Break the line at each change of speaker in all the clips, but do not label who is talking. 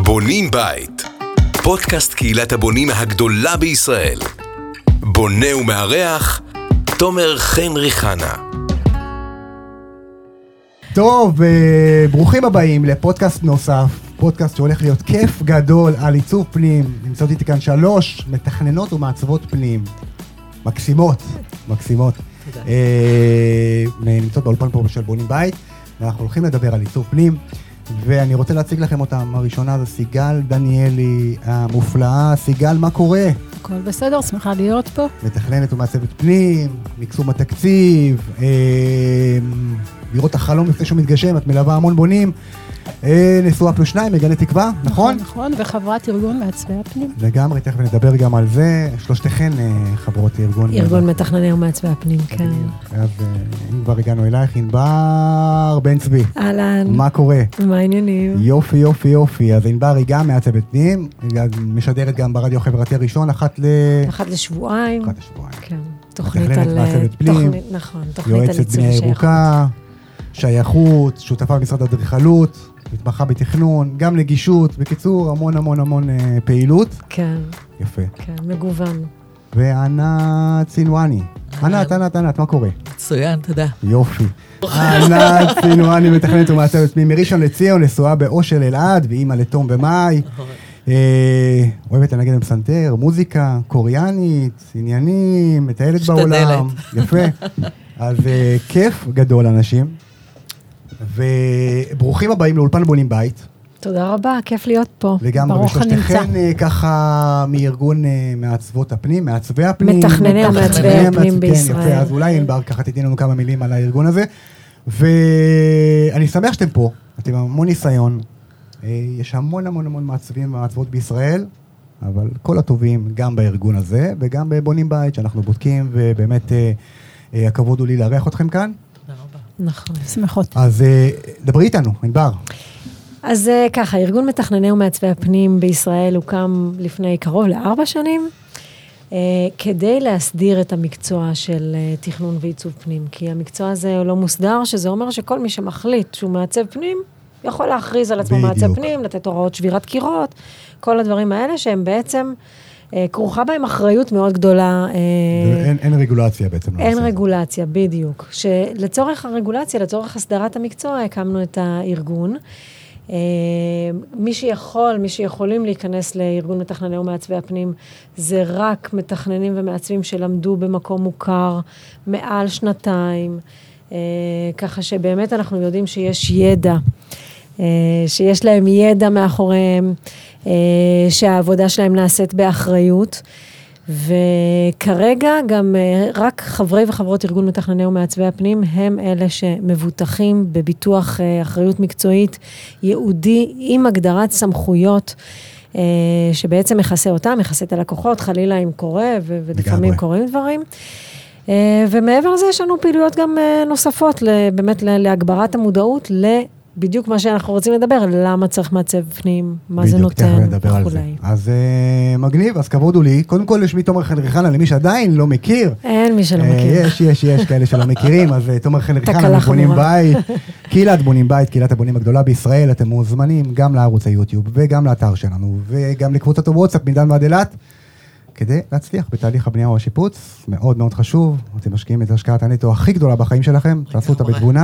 בונים בית, פודקאסט קהילת הבונים הגדולה בישראל. בונה ומארח תומר חן ריחנה.
טוב, ברוכים הבאים לפודקאסט נוסף, פודקאסט שהולך להיות כיף גדול על עיצוב פנים. נמצאות איתי כאן 3 מתכננות ומעצבות פנים. מקסימות. נמצאות באולפן פה של בונים בית, ואנחנו הולכים לדבר על עיצוב פנים, ואני רוצה להציג לכם אותם. הראשונה זה סיגל דניאלי המופלאה. סיגל, מה קורה?
הכל בסדר, שמחה להיות פה.
מתכננת ומעצבת פנים, מקסום התקציב, לראות החלום לפני שהוא מתגשם. את מלווה המון בונים, נשואה +2, מגני תקווה, נכון?
נכון, וחברת ארגון מעצבי הפנים.
לגמרי, תכף נדבר גם על זה. 3תכן חברות
ארגון מתכנני ומעצבי הפנים, כן.
אז אם כבר הגענו אלייך, ענבר בן צבי.
אהלן.
מה קורה?
מה העניינים?
יופי. אז ענבר היא גם מעצבת פנים, משדרת גם ברדיו החברתי הראשון, אחת
לשבועיים. כן.
תוכנית על מעצבת פנים.
נכון, תוכנית על
יועצת בנייה ירוקה, שייכות, שותפה במשרד האדריכלות, מתמחה בתכנון, גם נגישות, בקיצור, המון פעילות.
כן.
יפה.
כן, מגוון.
וענת סינואני. ענת, מה קורה?
מצוין, תודה.
יופי. ענת סינואני, מתכננת ומעצבת פנים מראשון לציון, נשואה באושר אלעד, ואימא לתום במאי. אוהבת לנגן בפסנתר, מוזיקה, קוריאנית, עניינים, מטיילת בעולם. יפה. אז כיף גדול אנשים. וברוכים הבאים לאולפן בונים בית.
תודה רבה, כיף להיות פה.
לגמרי, ושלושתכן ככה מארגון מעצבות הפנים, מעצבי הפנים.
מתכנני ומעצבי הפנים בישראל.
יפה, אז אולי ענבר ככה תתני לנו כמה מילים על הארגון הזה. ואני שמח שאתם פה, אתם המון ניסיון. יש המון מעצבים ומעצבות בישראל, אבל כל הטובים גם בארגון הזה, וגם בבונים בית שאנחנו בודקים, ובאמת הכבוד הוא לי לארח אתכם כאן.
נכון, שמחות.
אז דברי איתנו, ענבר.
אז ככה, ארגון מתכנני ומעצבי הפנים בישראל הוקם לפני קרוב ל4 שנים, כדי להסדיר את המקצוע של תכנון ועיצוב פנים, כי המקצוע הזה לא מוסדר, שזה אומר שכל מי שמחליט שהוא מעצב פנים, יכול להכריז על עצמו מעצב פנים, לתת הוראות שבירת קירות, כל הדברים האלה שהם בעצם כרוכה בהם אחריות מאוד גדולה.
אין רגולציה בעצם.
אין רגולציה, בדיוק. שלצורך הרגולציה, לצורך הסדרת המקצוע, הקמנו את הארגון. מי שיכולים להיכנס לארגון מתכנני ומעצבי הפנים, זה רק מתכננים ומעצבים שלמדו במקום מוכר מעל 2 ככה שבאמת אנחנו יודעים שיש ידע, שיש להם ידע מאחוריהם, שהעבודה שלהם נעשית באחריות, וכרגע גם רק חברי וחברות ארגון מתכנני ומעצבי הפנים הם אלה שמבוטחים בביטוח אחריות מקצועית ייעודי עם הגדרת סמכויות שבעצם מכסה אותם, מכסה את הלקוחות, חלילה אם קורה ולפעמים קורים דברים. ומעבר לזה יש לנו פעילויות גם נוספות באמת להגברת המודעות בדיוק מה שאנחנו רוצים לדבר, למה צריך מעצב פנים, מה זה נותן וכולי.
אז מגניב, אז כבוד הוא לי. קודם כל, שמי תומר חן ריחנה, למי שעדיין לא מכיר.
אין מי שלא מכיר.
יש כאלה שלא מכירים, אז תומר חן ריחנה, בונים בית, קהילת בונים בית, קהילת הבונים הגדולה בישראל, אתם מוזמנים גם לערוץ היוטיוב, וגם לאתר שלנו, וגם לקבוצת הוואטסאפ מדן ועד אילת, כדי להצליח בתהליך הבנייה או השיפוץ. מאוד מאוד חשוב, אתם משקיעים את השקעת הנטו הכי גדולה בחיים שלכם, תעשו אותה בתבונה.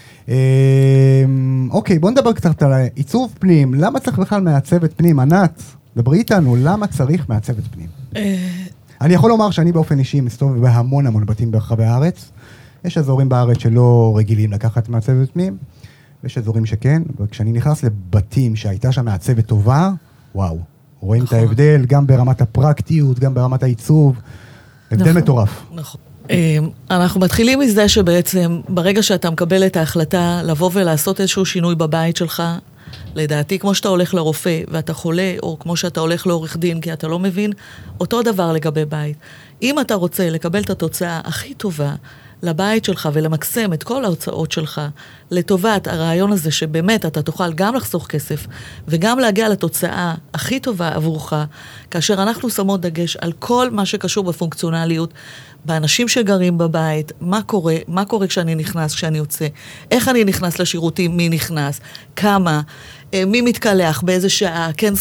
אוקיי, בוא נדבר קצת על עיצוב פנים. למה צריך בכלל מעצבת פנים? ענת, דברי איתנו, למה צריך מעצבת פנים? אני יכול לומר שאני באופן אישי מסתובב בהמון בתים ברחבי הארץ. יש אזורים בארץ שלא רגילים לקחת מעצבת פנים, ויש אזורים שכן, וכשאני נכנס לבתים שהייתה שם מעצבת טובה, וואו, רואים את ההבדל גם ברמת הפרקטיות, גם ברמת העיצוב, הבדל מטורף.
נכון. אנחנו מתחילים מזה שבעצם ברגע שאתה מקבל את ההחלטה לבוא ולעשות איזשהו שינוי בבית שלך, לדעתי כמו שאתה הולך לרופא ואתה חולה, או כמו שאתה הולך לעורך דין כי אתה לא מבין, אותו דבר לגבי בית. אם אתה רוצה לקבל את התוצאה הכי טובה לבית שלך ולמקסם את כל ההוצאות שלך לטובת הרעיון הזה שבאמת אתה תוכל גם לחסוך כסף וגם להגיע לתוצאה הכי טובה עבורך, כאשר אנחנו שמות דגש על כל מה שקשור בפונקציונליות, באנשים שגרים בבית, מה קורה כשאני נכנס, כשאני יוצא, איך אני נכנס לשירותים, מי נכנס, כמה, מי מתקלח, באיזה שעה, כן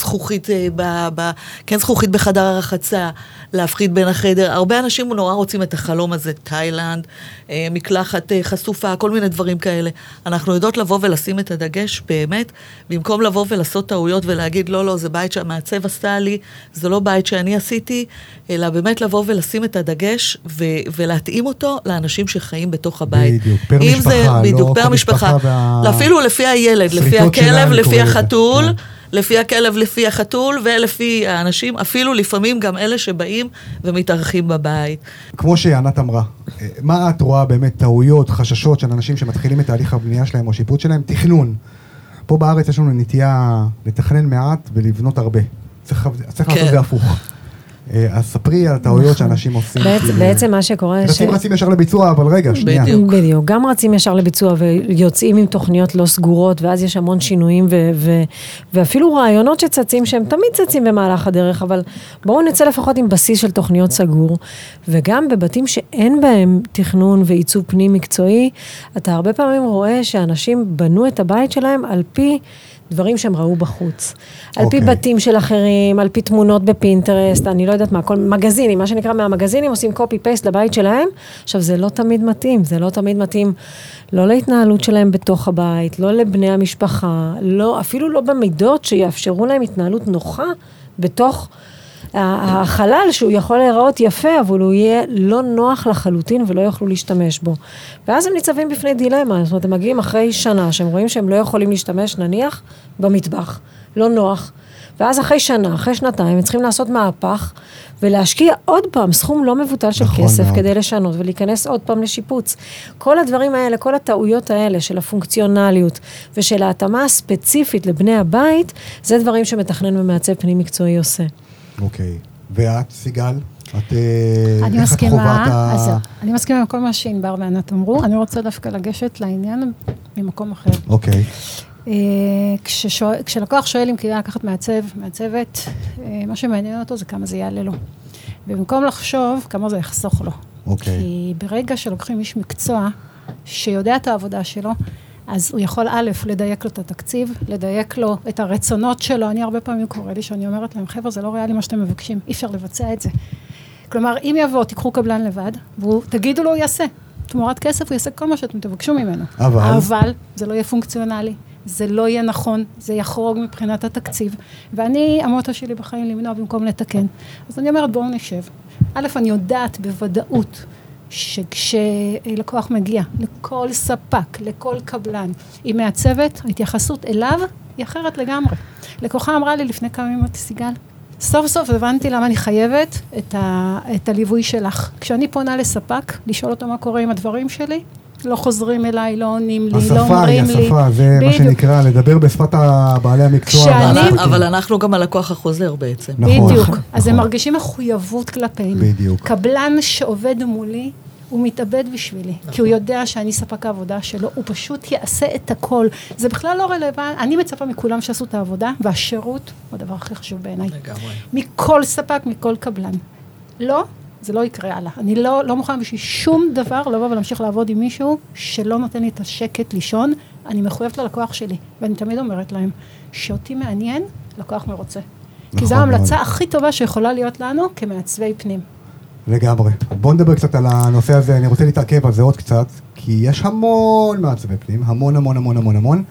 זכוכית בחדר הרחצה, להפחיד בין החדר. הרבה אנשים נורא רוצים את החלום הזה, תאילנד, מקלחת חשופה, כל מיני דברים כאלה. אנחנו יודעות לבוא ולשים את הדגש באמת, במקום לבוא ולעשות טעויות ולהגיד, לא, זה בית שהמעצב עשה לי, זה לא בית שאני עשיתי, אלא באמת לבוא ולשים את הדגש ולהתאים אותו לאנשים שחיים בתוך הבית.
בדיוק, פר משפחה,
בדיוק, פר משפחה. אפילו לפי הילד, לפי הכלב, לפי החתול, לפי הכלב, לפי החתול, ולפי האנשים, אפילו לפעמים גם אלה שבאים ומתארחים בבית.
כמו שענת אמרה, מה את רואה באמת טעויות, חששות של אנשים שמתחילים את תהליך הבנייה שלהם או שיפוט שלהם? תכנון. פה בארץ יש לנו נטייה לתכנן מעט ולבנות הרבה. צריך לעשות זה הפוך. אז ספרי על הטעויות שאנשים עושים.
בעצם מה שקורה...
רצים ישר לביצוע, אבל רגע, שנייה.
בדיוק. גם רצים ישר לביצוע ויוצאים עם תוכניות לא סגורות, ואז יש המון שינויים ואפילו רעיונות שצצים, שהם תמיד צצים במהלך הדרך, אבל בואו נצא לפחות עם בסיס של תוכניות סגור, וגם בבתים שאין בהם תכנון ועיצוב פנים מקצועי, אתה הרבה פעמים רואה שאנשים בנו את הבית שלהם על פי דברים שהם ראו בחוץ. על פי בתים של אחרים, על פי תמונות בפינטרסט, אני לא יודעת מה, כל מגזינים, מה שנקרא מהמגזינים, עושים קופי-פייסט לבית שלהם. עכשיו, זה לא תמיד מתאים, לא להתנהלות שלהם בתוך הבית, לא לבני המשפחה, אפילו לא במידות שיאפשרו להם התנהלות נוחה בתוך החלל, שהוא יכול להיראות יפה, אבל הוא יהיה לא נוח לחלוטין ולא יוכלו להשתמש בו. ואז הם ניצבים בפני דילמה, זאת אומרת, הם מגיעים אחרי שנה, שהם רואים שהם לא יכולים להשתמש, נניח, במטבח, לא נוח. ואז אחרי שנה, אחרי שנתיים, הם צריכים לעשות מהפך, ולהשקיע עוד פעם סכום לא מבוטל של כסף, כדי לשנות, ולהיכנס עוד פעם לשיפוץ. כל הדברים האלה, כל הטעויות האלה, של הפונקציונליות, ושל ההתאמה הספציפית לבני הבית, זה דברים שמתכנן ומעצב פנים מקצועי עושה.
אוקיי. ואת, סיגל?
אני מסכימה עם כל מה שענבר וענת אמרו. אני רוצה דווקא לגשת לעניין ממקום אחר.
אוקיי.
כשלקוח שואל אם כדאי לקחת מעצבת, מה שמעניין אותו זה כמה זה יעלה לו. ובמקום לחשוב כמה זה יחסוך לו.
אוקיי.
כי ברגע שלוקחים איש מקצוע שיודע את העבודה שלו, אז הוא יכול לדייק לו את התקציב, לדייק לו את הרצונות שלו. אני הרבה פעמים קורא לי שאני אומרת להם, חבר'ה, זה לא ריאלי מה שאתם מבקשים, אי אפשר לבצע את זה. כלומר, אם יבוא, תיקחו קבלן לבד, ותגידו לו, הוא יעשה. תמורת כסף, הוא יעשה כל מה שאתם תבקשו ממנו. אבל זה לא יהיה פונקציונלי, זה לא יהיה נכון, זה יחרוג מבחינת התקציב. ואני, המוטו שלי בחיים למנוע במקום לתקן. אז אני אומרת, בואו נשב. א', אני יודעת בוודאות, שכשלקוח מגיע לכל ספק, לכל קבלן, עם מעצבת, ההתייחסות אליו היא אחרת לגמרי. לקוחה אמרה לי לפני כמה ימים, סיגל, סוף סוף הבנתי למה אני חייבת את הליווי שלך. כשאני פונה לספק, לשאול אותו מה קורה עם הדברים שלי, לא חוזרים אליי, לא עונים לי, לא אומרים לי.
השפה, זה מה שנקרא, לדבר בשפת בעלי המקצוע.
אבל אנחנו גם הלקוח החוזר בעצם.
בדיוק. אז הם מרגישים מחויבות כלפינו. בדיוק. קבלן שעובד מולי, הוא מתאבד בשבילי, כי הוא יודע שאני ספק העבודה שלו, הוא פשוט יעשה את הכל. זה בכלל לא רלוונטי, אני מצפה מכולם שעשו את העבודה, והשירות הוא הדבר הכי חשוב בעיניי. לגמרי. מכל ספק, מכל קבלן. לא, זה לא יקרה הלאה. אני לא מוכן בשביל שום דבר לבוא ולהמשיך לעבוד עם מישהו שלא נותן לי את השקט לישון. אני מחויבת ללקוח שלי, ואני תמיד אומרת להם, שאותי מעניין, לקוח מרוצה. כי זו ההמלצה הכי טובה שיכולה להיות לנו כמעצבי פנים.
לגמרי. בואו נדבר קצת על הנושא הזה, אני רוצה להתעכב על זה עוד קצת, כי יש המון מעצבי פנים, המון.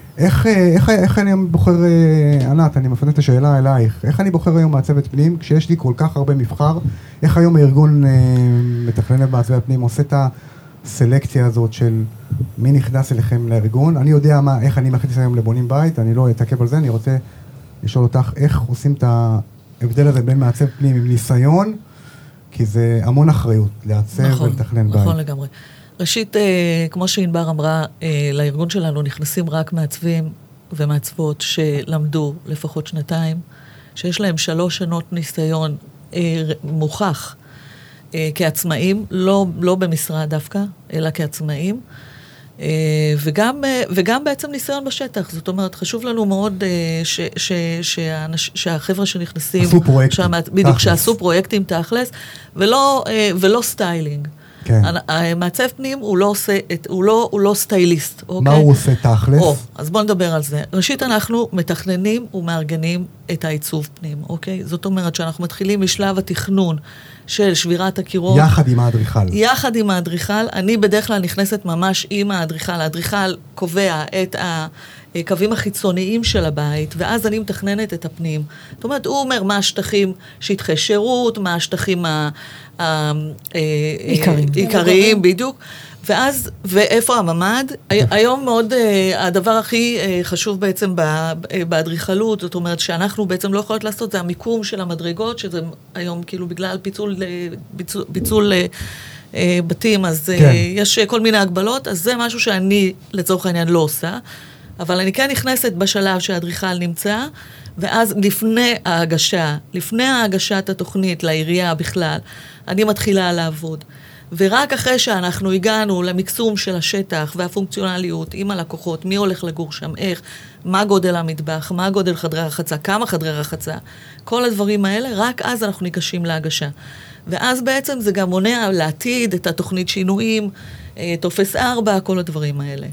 איך אני בוחר, ענת, אני מפנה את השאלה אלייך, איך אני בוחר היום מעצבת פנים, כשיש לי כל כך הרבה מבחר, איך היום הארגון מתכנן במעצבי הפנים, עושה את הסלקציה הזאת של מי נכנס אליכם לארגון, אני יודע איך אני מכניס היום לבונים בית, אני לא אתעכב על זה, אני רוצה לשאול אותך, איך עושים את ההבדל הזה בין מעצב פנים עם ניסיון, כי זה המון אחריות, לעצב ולתכנן בית.
נכון לגמרי. ראשית, כמו שענבר אמרה, לארגון שלנו נכנסים רק מעצבים ומעצבות שלמדו לפחות 2, שיש להם 3 שנות ניסיון מוכח כעצמאים, לא במשרד דווקא, אלא כעצמאים, וגם בעצם ניסיון בשטח. זאת אומרת, חשוב לנו מאוד שהחבר'ה שנכנסים...
עשו פרויקטים.
בדיוק, שעשו פרויקטים תכלס, ולא סטיילינג.
כן.
מעצב פנים הוא לא סטייליסט.
מה הוא עושה תכלס?
אז בואו נדבר על זה. ראשית, אנחנו מתכננים ומארגנים את העיצוב פנים, אוקיי? זאת אומרת שאנחנו מתחילים משלב התכנון של שבירת הקירות.
יחד עם האדריכל.
יחד עם האדריכל. אני בדרך כלל נכנסת ממש עם האדריכל. האדריכל קובע את הקווים החיצוניים של הבית, ואז אני מתכננת את הפנים. זאת אומרת, הוא אומר מה השטחים שטחי שירות, מה השטחים עיקריים, בדיוק. ואז, ואיפה הממד? היום מאוד, הדבר הכי חשוב בעצם באדריכלות, זאת אומרת שאנחנו בעצם לא יכולות לעשות, זה המיקום של המדרגות, שזה היום כאילו בגלל ביצול בתים, אז יש כל מיני הגבלות, אז זה משהו שאני לצורך העניין לא עושה, אבל אני כן נכנסת בשלב שהאדריכל נמצא, ואז לפני ההגשת התוכנית לעירייה בכלל, אני מתחילה לעבוד. ורק אחרי שאנחנו הגענו למקסום של השטח והפונקציונליות עם הלקוחות, מי הולך לגור שם, איך, מה גודל המטבח, מה גודל חדרי רחצה, כמה חדרי רחצה, כל הדברים האלה, רק אז אנחנו ניגשים להגשה. ואז בעצם זה גם מונע לעתיד את התוכנית שינויים, טופס 4, כל הדברים האלה.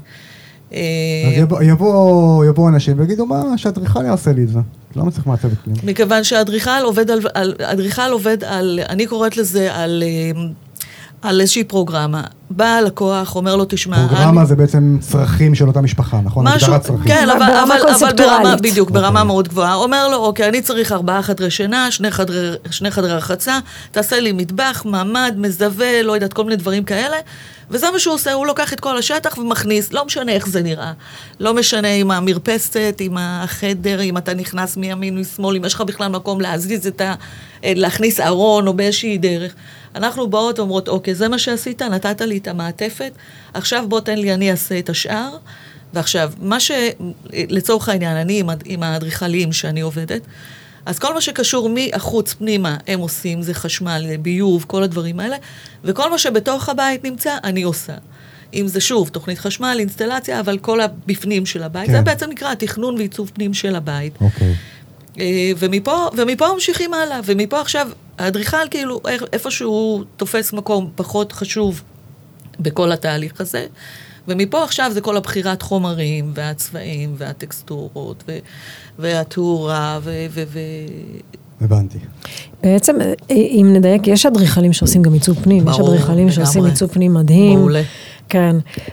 אז יבואו אנשים ויגידו, מה שהאדריכל יעשה לי את זה? לא מצליח מעצבת פנים.
מכיוון שהאדריכל עובד על, אני קוראת לזה על איזושהי פרוגרמה. בא הלקוח, אומר לו, תשמע...
פרוגרמה זה בעצם צרכים של אותה משפחה, נכון?
משהו, כן, אבל ברמה, בדיוק, ברמה מאוד גבוהה. אומר לו, אוקיי, אני צריך 4 חדרי שינה, 2 חדרי רחצה, תעשה לי מטבח, מעמד, מזווה, לא יודעת, כל מיני דברים כאלה, וזה מה שהוא עושה, הוא לוקח את כל השטח ומכניס, לא משנה איך זה נראה, לא משנה עם המרפסת, עם החדר, אם אתה נכנס מימין משמאל, אם יש לך בכלל מקום להזיז להכניס ארון או באיזושהי דרך. אנחנו באות ואומרות, אוקיי, זה מה שעשית, נתת לי את המעטפת, עכשיו בוא תן לי, אני אעשה את השאר, ועכשיו, לצורך העניין, אני עם האדריכלים שאני עובדת, אז כל מה שקשור מהחוץ פנימה הם עושים, זה חשמל, ביוב, כל הדברים האלה, וכל מה שבתוך הבית נמצא, אני עושה. אם זה שוב, תוכנית חשמל, אינסטלציה, אבל כל הבפנים של הבית, כן. זה בעצם נקרא תכנון ועיצוב פנים של הבית.
אוקיי.
ומפה ממשיכים הלאה, ומפה עכשיו, האדריכל כאילו, איפה שהוא תופס מקום פחות חשוב בכל התהליך הזה, ומפה עכשיו זה כל הבחירת חומרים, והצבעים, והטקסטורות, והתאורה,
הבנתי.
בעצם, אם נדייק, יש אדריכלים שעושים גם עיצוב פנים, יש אדריכלים שעושים עיצוב פנים מדהים.
מעולה.
כן,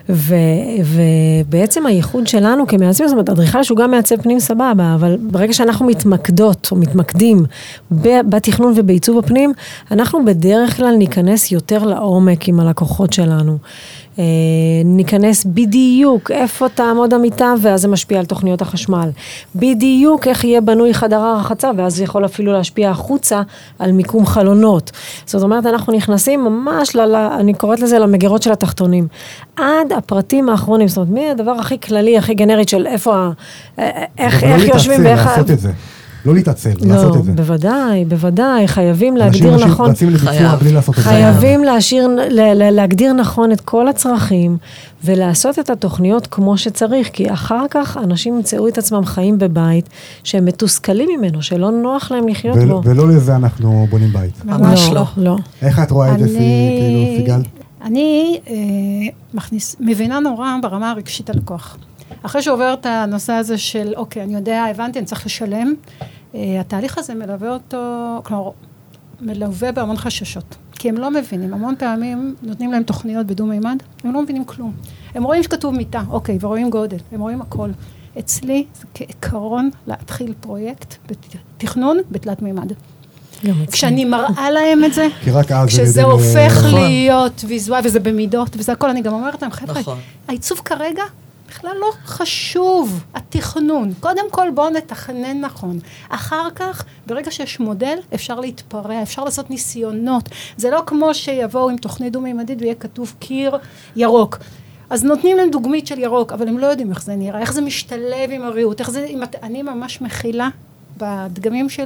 ובעצם הייחוד שלנו כמעצבים, זאת אומרת, אדריכל שהוא גם מעצב פנים סבבה, אבל ברגע שאנחנו מתמקדות או מתמקדים בתכנון ובעיצוב הפנים, אנחנו בדרך כלל ניכנס יותר לעומק עם הלקוחות שלנו. ניכנס בדיוק איפה תעמוד המיטה, ואז זה משפיע על תוכניות החשמל. בדיוק איך יהיה בנוי חדר הרחצה, ואז זה יכול אפילו להשפיע החוצה על מיקום חלונות. זאת אומרת, אנחנו נכנסים ממש, אני קוראת לזה למגירות של התחתונים, עד הפרטים האחרונים, זאת אומרת, מי הדבר הכי כללי, הכי גנרית של איפה, איך יושבים ואיך...
לעשות את זה. לא להתעצל, לעשות את זה.
בוודאי, חייבים להגדיר נכון.
אנשים רצים לביצוע בלי לעשות את זה.
חייבים להגדיר נכון את כל הצרכים, ולעשות את התוכניות כמו שצריך, כי אחר כך אנשים ימצאו את עצמם חיים בבית, שהם מתוסכלים ממנו, שלא נוח להם לחיות בו.
ולא לזה אנחנו בונים בית.
ממש לא.
איך את רואה את זה, סיגל?
אני מבינה נורא ברמה הרגשית הלקוח. אחרי שעובר את הנושא הזה של, אוקיי, אני יודע, הבנתי, אני צריך לשלם, התהליך הזה מלווה אותו, כלומר, מלווה בהמון חששות. כי הם לא מבינים, המון פעמים נותנים להם תוכניות בדו-מימד, הם לא מבינים כלום. הם רואים שכתוב מיטה, אוקיי, ורואים גודל, הם רואים הכל. אצלי זה כעיקרון להתחיל פרויקט בתכנון בתלת מימד. כשאני מראה להם את זה, כשזה הופך להיות ויזואל, וזה במידות, וזה הכל, אני גם אומרת להם, חבר'ה, העיצוב כרגע, בכלל לא חשוב, התכנון. קודם כל בואו נתכנן נכון. אחר כך, ברגע שיש מודל, אפשר להתפרע, אפשר לעשות ניסיונות. זה לא כמו שיבואו עם תוכנית דו-מימדית ויהיה כתוב קיר ירוק. אז נותנים להם דוגמית של ירוק, אבל הם לא יודעים איך זה נראה, איך זה משתלב עם הריאות, איך זה, אני ממש מכילה בדגמים שלי,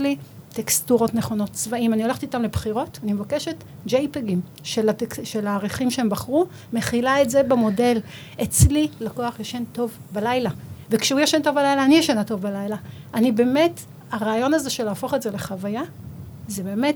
טקסטורות נכונות, צבעים, אני הולכת איתם לבחירות, אני מבקשת JPEGים של העריכים שהם בחרו, מכילה את זה במודל. אצלי לקוח ישן טוב בלילה, וכשהוא ישן טוב בלילה, אני ישנה טוב בלילה. אני באמת, הרעיון הזה של להפוך את זה לחוויה, זה באמת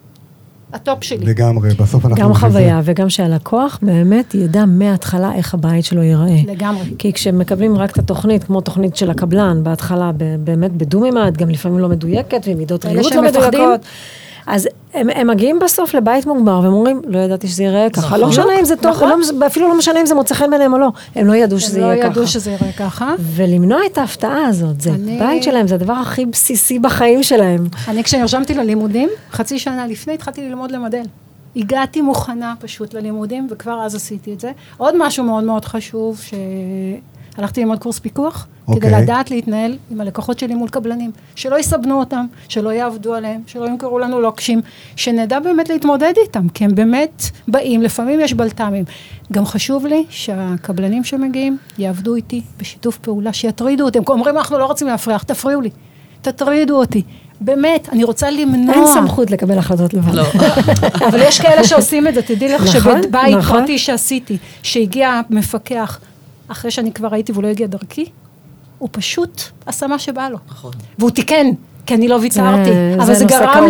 הטופ שלי.
לגמרי, בסוף אנחנו...
גם חוויה, וגם שהלקוח באמת ידע מההתחלה איך הבית שלו ייראה.
לגמרי.
כי כשמקבלים רק את התוכנית, כמו תוכנית של הקבלן, בהתחלה באמת בדו-מימד, גם לפעמים לא מדויקת, ועם מידות ריהוט לא מדויקות. אז הם מגיעים בסוף לבית מוגמר, והם אומרים, לא ידעתי שזה ייראה ככה. לא משנה אם זה טוב, אפילו לא משנה אם זה מוצא חן ביניהם או לא. הם לא ידעו שזה יהיה ככה.
הם לא ידעו שזה ייראה ככה.
ולמנוע את ההפתעה הזאת, זה בית שלהם, זה הדבר הכי בסיסי בחיים שלהם.
אני כשנרשמתי ללימודים, חצי שנה לפני התחלתי ללמוד למודל. הגעתי מוכנה פשוט ללימודים, וכבר אז עשיתי את זה. עוד משהו מאוד מאוד חשוב, הלכתי ללמוד קורס פיקוח, כדי לדעת להתנהל עם הלקוחות שלי מול קבלנים, שלא יסבנו אותם, שלא יעבדו עליהם, שלא ימכרו לנו לוקשים, שנדע באמת להתמודד איתם, כי הם באמת באים, לפעמים יש בלת"מים. גם חשוב לי שהקבלנים שמגיעים יעבדו איתי בשיתוף פעולה, שיטרידו אותם, כי אומרים, אנחנו לא רוצים להפריח, תפריעו לי, תטרידו אותי. באמת, אני רוצה למנוע.
אין סמכות לקבל החלטות לבד.
לא.
אבל יש כאלה שעושים את זה, תדעי לך שבבית פרטי שעשיתי, שהגיע מפקח, אחרי שאני כבר הייתי והוא לא הגיע דרכי, הוא פשוט עשה מה שבא לו.
נכון.
והוא תיקן, כי אני לא ויצרתי. אבל זה גרם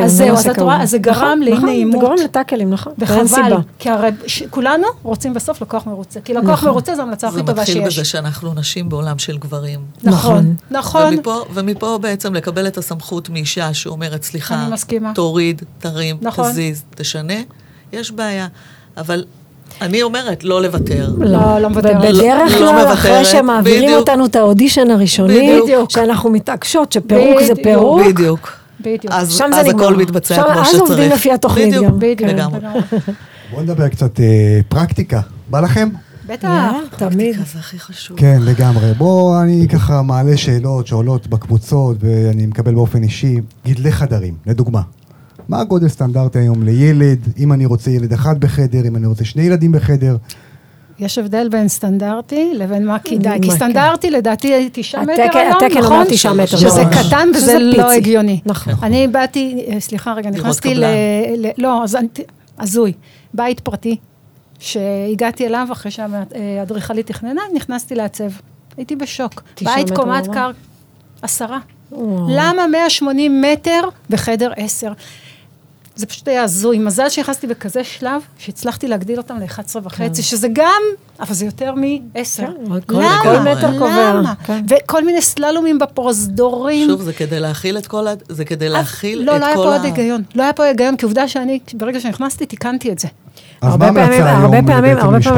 זה גרם לאי-נעימות.
זה גורם לטאקלים, נכון.
וחבל, כי הרי כולנו רוצים בסוף לקוח מרוצה. כי לקוח מרוצה זו המלצה הכי טובה שיש.
זה מתחיל בזה שאנחנו נשים בעולם של גברים.
נכון, נכון.
ומפה בעצם לקבל את הסמכות מאישה שאומרת, סליחה, תוריד, תרים, תזיז, תשנה, יש בעיה. אבל אני אומרת, לא לוותר.
לא מוותרת.
בדרך כלל, אחרי שמעבירים אותנו את האודישן הראשוני, שאנחנו מתעקשות, שפירוק זה פירוק.
בדיוק. אז הכל מתבצע כמו שצריך.
אז עובדים לפי התוכנית גם.
לגמרי.
בואו נדבר קצת פרקטיקה. בא לכם?
בטח.
תמיד.
זה הכי חשוב.
כן, לגמרי. בואו, אני ככה מעלה שאלות שעולות בקבוצות, ואני מקבל באופן אישי, גידלי חדרים, לדוגמה. מה הגודל סטנדרטי היום לילד, אם אני רוצה ילד אחד בחדר, אם אני רוצה 2 ילדים בחדר?
יש הבדל בין סטנדרטי לבין מה כדאי, כי סטנדרטי לדעתי 9 מטר היום,
התקן אומר 9 מטר.
שזה קטן וזה לא הגיוני. אני באתי, סליחה רגע, נכנסתי לא, הזוי, בית פרטי, שהגעתי אליו אחרי שהאדריכלית תכננה, נכנסתי לעצב. הייתי בשוק. בית קומת קר 10. למה 180 מטר בחדר 10? זה פשוט היה הזוי. מזל שנכנסתי בכזה שלב, שהצלחתי להגדיל אותם ל-11.5, שזה גם, אבל זה יותר מ-10.
כל מטר קובע.
וכל מיני סללומים בפרוזדורים.
שוב, זה כדי להכיל את כל זה כדי להכיל את כל
לא היה פה עוד היגיון. לא היה פה היגיון, כי עובדה שאני, ברגע שנכנסתי, תיקנתי את זה.
הרבה פעמים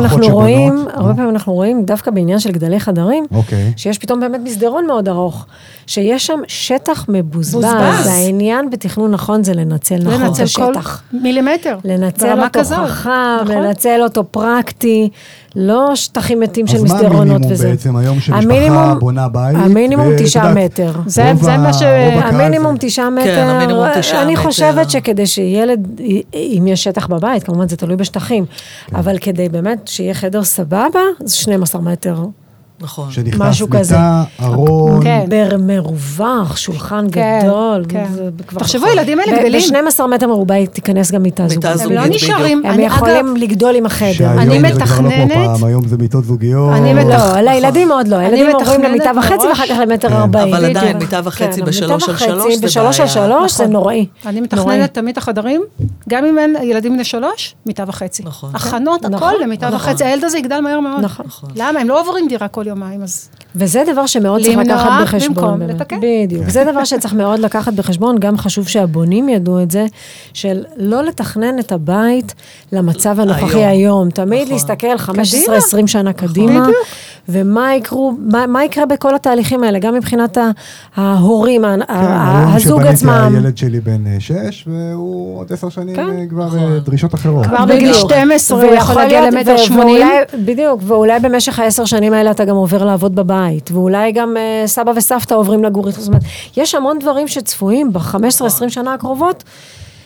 אנחנו רואים דווקא בעניין של גדלי חדרים, שיש פתאום באמת מסדרון מאוד ארוך, שיש שם שטח מבוזבז. העניין בתכנון נכון זה לנצל נכון את השטח.
מילימטר.
לנצל אותו חכם, לנצל אותו פרקטי, לא שטחים מתים של מסדרונות וזה.
אז מה המינימום בעצם היום שמשפחה בונה בית?
המינימום 9 מטר.
זה מה ש...
המינימום 9 מטר. אני חושבת שכדי שילד, אם יש שטח בבית, כמובן זה תלוי בשטחים, אבל כדי באמת שיהיה חדר סבבה, זה 12 מטר.
נכון.
שנכנס מיטה, ארון.
מרווח, שולחן גדול.
תחשבו, ילדים האלה גדלים.
ב-12 מטר מרובע תיכנס גם מיטה זוגית.
הם לא נשארים.
הם יכולים לגדול עם החדר.
אני מתכננת.
היום זה מיטות זוגיות.
לא, לילדים עוד לא. הילדים עוברים למיטה וחצי ואחר כך למטר 40.
אבל עדיין מיטה וחצי ב3 על 3 זה בעיה.
ב3 על 3 זה נוראי.
אני מתכננת תמיד החדרים, גם אם אין ילדים בני 3, מיטה וחצי. הכנות, הכל למיטה וחצי. הילד הזה יגדל מהר מאוד. למה? הם לא עוברים דירה כל יומיים, אז...
וזה דבר שמאוד צריך לקחת בחשבון. בדיוק. זה דבר שצריך מאוד לקחת בחשבון, גם חשוב שהבונים ידעו את זה, של לא לתכנן את הבית למצב הנוכחי היום. תמיד להסתכל 15-20 שנה קדימה, ומה יקרה בכל התהליכים האלה, גם מבחינת ההורים, הזוג עצמם.
הילד שלי בן 6, והוא עוד 10 שנים כבר דרישות אחרות.
כבר בגיל 12, הוא יכול להגיע למטר 80.
בדיוק, ואולי במשך 10 שנים האלה אתה גם עובר לעבוד בבית, ואולי גם סבא וסבתא עוברים לגור. זאת אומרת, יש המון דברים שצפויים ב-15-20 שנה הקרובות,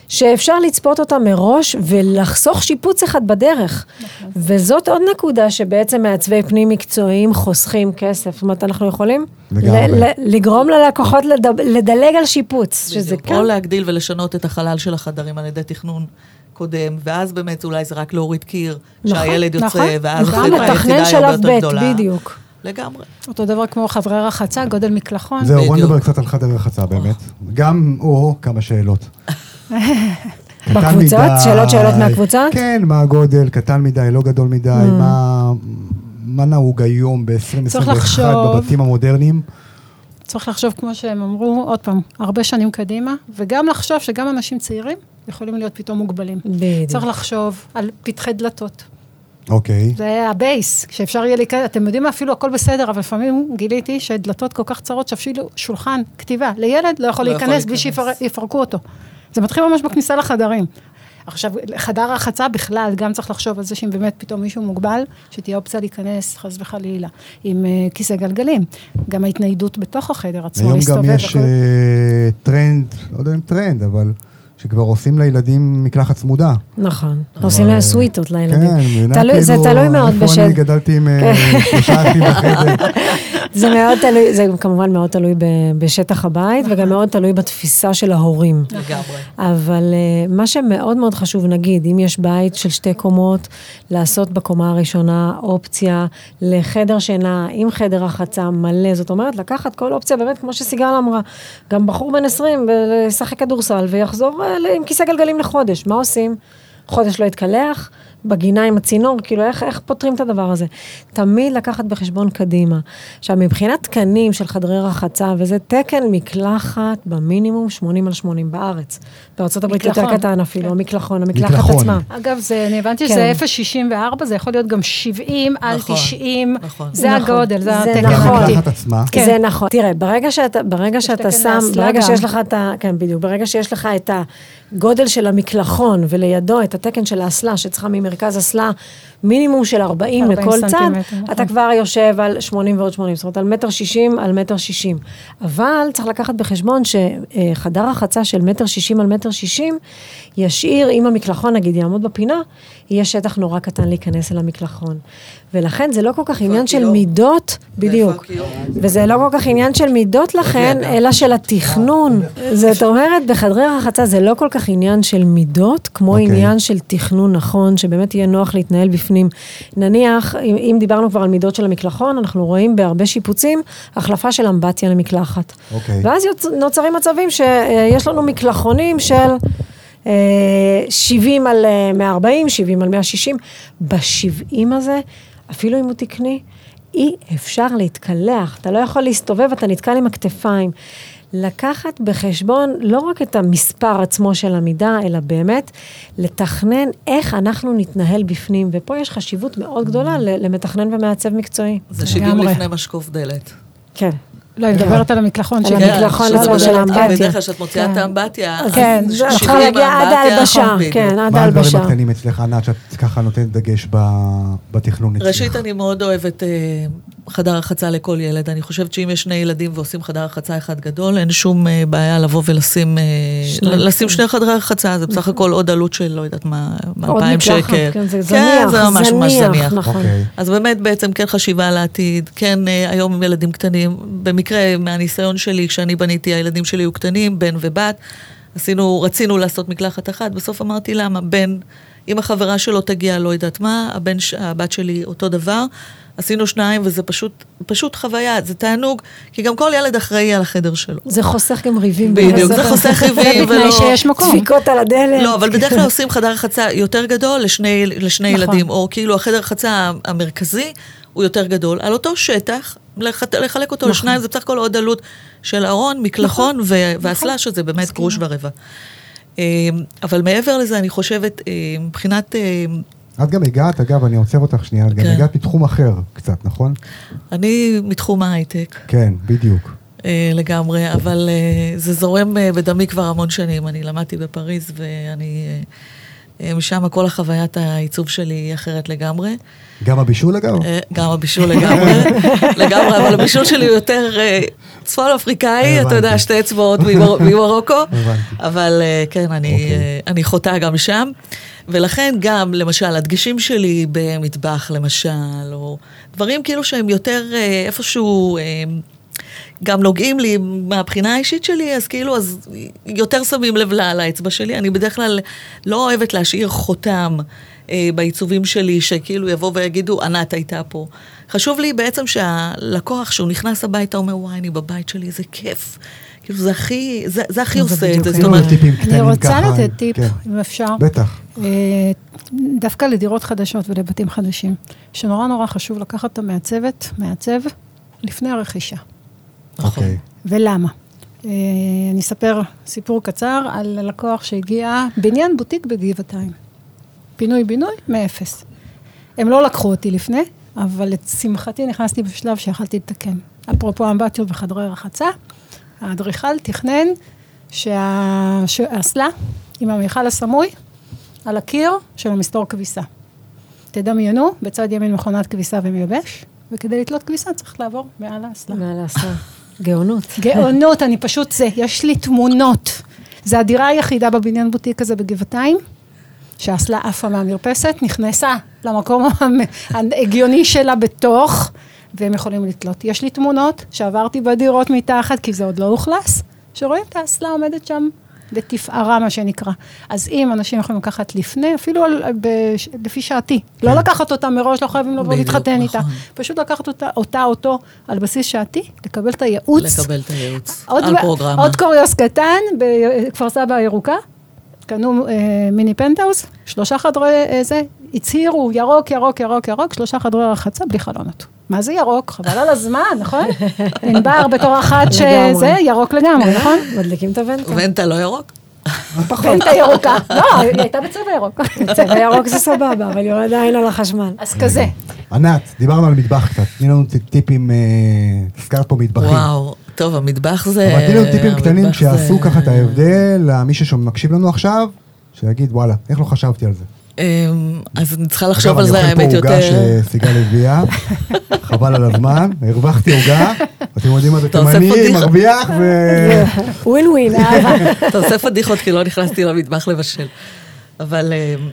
שאפשר לצפות אותה מראש ולחסוך שיפוץ אחד בדרך. וזאת עוד נקודה שבעצם מעצבי פנים מקצועיים חוסכים כסף. זאת אומרת, אנחנו יכולים לגרום ללקוחות לדלג על שיפוץ.
או להגדיל ולשנות את החלל של החדרים על ידי תכנון קודם, ואז באמת אולי זה רק להוריד קיר, שהילד יוצא, ואז
לתכנן שלב ב' בדיוק.
לגמרי.
אותו דבר כמו חדרי רחצה, גודל מקלחון.
זהו, בוא נדבר קצת על חדרי רחצה באמת. גם, כמה שאלות.
בקבוצות? שאלות מהקבוצות?
כן, מה הגודל, קטן מדי, לא גדול מדי, מה נהוג היום ב-2021 בבתים המודרניים?
צריך לחשוב, כמו שהם אמרו, עוד פעם, הרבה שנים קדימה, וגם לחשוב שגם אנשים צעירים יכולים להיות פתאום מוגבלים. צריך לחשוב על פתחי דלתות.
אוקיי.
זה הבייס, שאפשר יהיה להיכנס, אתם יודעים מה, אפילו הכל בסדר, אבל לפעמים גיליתי שדלתות כל כך צרות, שאפילו שולחן, כתיבה, לילד לא יכול להיכנס בלי שיפרקו אותו. זה מתחיל ממש בכניסה לחדרים. עכשיו, חדר רחצה בכלל, גם צריך לחשוב על זה שאם באמת פתאום מישהו מוגבל, שתהיה אופציה להיכנס חס וחלילה, עם כיסא גלגלים. גם ההתניידות בתוך החדר עצמו,
היום גם יש טרנד, לא יודע אם טרנד, אבל שכבר עושים לילדים מקלחת צמודה.
נכון, עושים להם סוויטות לילדים.
כן,
זה תלוי מאוד
בשל. אני גדלתי עם 3 אחים בחדר.
זה מאוד תלוי, זה כמובן מאוד תלוי בשטח הבית, וגם מאוד תלוי בתפיסה של ההורים. אבל מה שמאוד מאוד חשוב, נגיד, אם יש בית של 2 קומות, לעשות בקומה הראשונה אופציה לחדר שינה, עם חדר רחצה מלא, זאת אומרת, לקחת כל אופציה, באמת, כמו שסיגל אמרה, גם בחור בן 20, לשחק כדורסל, ויחזור עם כיסא גלגלים לחודש. מה עושים? חודש לא יתקלח, בגינה עם הצינור, כאילו איך פותרים את הדבר הזה? תמיד לקחת בחשבון קדימה. עכשיו, מבחינת תקנים של חדרי רחצה, וזה תקן מקלחת במינימום 80/80 בארץ. בארצות הברית יותר קטן אפילו, המקלחון עצמה.
אגב, אני הבנתי שזה 0.64, זה יכול להיות גם 70/90, זה הגודל, זה התקן האמיתי.
זה נכון. תראה, ברגע שאתה שם, ברגע שיש לך את כן, בדיוק, ברגע שיש לך את הגודל של המקלחון, ולידו את התקן של האסלה, שצריכה ממרכז אסלה, מינימום של 40 לכל צד, אתה כבר יושב על 80 ועוד 80, זאת אומרת, על 1.60 על 1.60. אבל צריך לקחת בחשבון שחדר החצה של 1.60 על 1.60, ישאיר, אם המקלחון נגיד יעמוד בפינה, יהיה שטח נורא קטן להיכנס אל המקלחון. ולכן זה לא כל כך עניין של מידות, בדיוק. וזה לא כל כך עניין של מידות לכן, אלא של התכנון. זאת אומרת, בחדרי הרחצה זה לא כל כך עניין של מידות, כמו עניין של תכנון נכון, שבאמת יהיה נוח להתנהל בפנים. נניח, אם דיברנו כבר על מידות של המקלחון, אנחנו רואים בהרבה שיפוצים, החלפה של אמבטיה למקלחת. ואז נוצרים מצבים שיש לנו מקלחונים של 70 על 140, 70 על 160. ב-70 הזה, אפילו אם הוא תקני, אי אפשר להתקלח. אתה לא יכול להסתובב, אתה נתקל עם הכתפיים. לקחת בחשבון לא רק את המספר עצמו של המידה, אלא באמת לתכנן איך אנחנו נתנהל בפנים. ופה יש חשיבות מאוד גדולה למתכנן ומעצב מקצועי.
זה 70 לפני משקוף דלת.
כן.
לא, היא מדברת על המקלחון
של המקלחון, לא של האמבטיה.
בדרך כלל שאת מוציאה את האמבטיה,
כן, זה יכול להגיע עד ההלבשה. כן, עד ההלבשה.
מה הדברים הקטנים אצלך, ענת, שאת ככה נותנת דגש בתכנון אצלך?
ראשית, אני מאוד אוהבת חדר רחצה לכל ילד. אני חושבת שאם יש 2 ילדים ועושים חדר רחצה אחד גדול, אין שום בעיה לבוא ולשים 2 חדרי רחצה. זה בסך הכל עוד עלות של, לא יודעת מה, 2,000 שקל.
כן, זה זניח,
זה ממש זניח.
נכון.
אז באמת בעצם כן חשיבה לעתיד, כן היום עם ילדים קטנים, במקרה מהניסיון שלי, כשאני בניתי, הילדים שלי היו קטנים, בן ובת, רצינו לעשות מקלחת אחת, בסוף אמרתי למה, בן, אם החברה שלו תגיע, לא יודעת מה, הבת שלי אותו דבר, עשינו 2, וזה פשוט חוויה, זה תענוג, כי גם כל ילד אחראי על החדר שלו.
זה חוסך גם ריבים.
בדיוק, זה חוסך ריבים,
ולא שיש מקום.
דפיקות על הדלת.
לא, אבל בדרך כלל עושים חדר רחצה יותר גדול לשני ילדים, או כאילו החדר רחצה המרכזי הוא יותר גדול, על אותו שטח, לחלק אותו ל2, זה צריך כל עוד עלות של ארון, מקלחון ואסלה, שזה באמת גרוש ורבע. אבל מעבר לזה, אני חושבת, מבחינת
את גם הגעת, אגב, אני עוצר אותך שנייה, גם הגעת מתחום אחר קצת, נכון?
אני מתחום ההייטק.
כן, בדיוק.
לגמרי, אבל זה זורם בדמי כבר המון שנים. אני למדתי בפריז, ואני משם כל החוויית העיצוב שלי היא אחרת לגמרי.
גם הבישול אגב?
גם הבישול לגמרי, אבל הבישול שלי הוא יותר צפון אפריקאי, אתה יודע, 2 אצבעות ממרוקו, אבל כן, אני חוטאה גם שם, ולכן גם, למשל, הדגשים שלי במטבח, למשל, או דברים כאילו שהם יותר איפשהו, גם נוגעים לי מהבחינה האישית שלי, אז כאילו, אז יותר שמים לב לאצבע שלי. אני בדרך כלל לא אוהבת להשאיר חותם בעיצובים שלי, שכאילו יבוא ויגידו, ענת הייתה פה. חשוב לי בעצם שהלקוח, שהוא נכנס הביתה, אומר, וואי, אני בבית שלי, איזה כיף. כאילו, זה הכי עושה את זה.
אני רוצה לתת טיפ, אם אפשר.
בטח.
דווקא לדירות חדשות ולבתים חדשים, שנורא נורא חשוב לקחת את המעצב, לפני הרכישה.
אוקיי.
ולמה? אני אספר סיפור קצר על הלקוח שהגיע בניין בוטיק בגבעתיים. פינוי-בינוי, מאפס. הם לא לקחו אותי לפני, אבל לשמחתי נכנסתי בשלב שיכלתי לתקן. אפרופו אמבטיות וחדרי רחצה, האדריכל תכנן שהאסלה עם המיכל הסמוי על הקיר של המסתור כביסה. תדמיינו, בצד ימין מכונת כביסה ומייבש, וכדי לתלות כביסה צריך לעבור מעל האסלה.
מעל האסלה. גאונות.
גאונות, אני פשוט יש לי תמונות. זה הדירה היחידה בבניין בוטיק הזה בגבעתיים, שהאסלה עפה מהמרפסת, נכנסה למקום ההגיוני שלה בתוך, והם יכולים לתלות. יש לי תמונות שעברתי בדירות מתחת, כי זה עוד לא הוכלס, שרואים את האסלה עומדת שם בתפארה, מה שנקרא. אז אם אנשים יכולים לקחת לפני, אפילו לפי שעתי, לא לקחת אותה מראש, לא חייבים לבוא להתחתן איתה, פשוט לקחת אותו על בסיס שעתי, לקבל את הייעוץ.
לקבל את הייעוץ, על פרוגרמה.
עוד קוריוס קטן, בכפר סבא הירוקה, קנו מיני פנטהאוס, 3 חדרי הצהירו ירוק, 3 חדרי רחצה בלי חלונות. מה זה ירוק? חבל על הזמן, נכון? ננבר בתור אחת שזה ירוק לגמרי, נכון?
מדליקים את הוונטה.
וונטה לא ירוק?
וונטה ירוקה. לא, היא הייתה בצבע ירוק.
בצבע ירוק זה סבבה, אבל היא עדיין על החשמל.
אז כזה.
ענת, דיברנו על מטבח קצת. תני לנו טיפים, תזכרת פה מטבחים.
וואו, טוב, המטבח זה...
אבל תני לנו טיפים קטנים שיעשו ככה את ההבדל למי שמקשיב לנו עכשיו, שיגיד, וואלה, איך לא חשבתי על זה?
אז אני צריכה לחשוב על זה, האמת יותר...
אני אוכל פה עוגה שסיגל הביאה, חבל על הזמן, הרווחתי עוגה, אתם יודעים מה זה תימני, מרוויח ו...
ווין ווין, אהבה.
אתה עושה פדיחות כי לא נכנסתי למטבח לבשל. אבל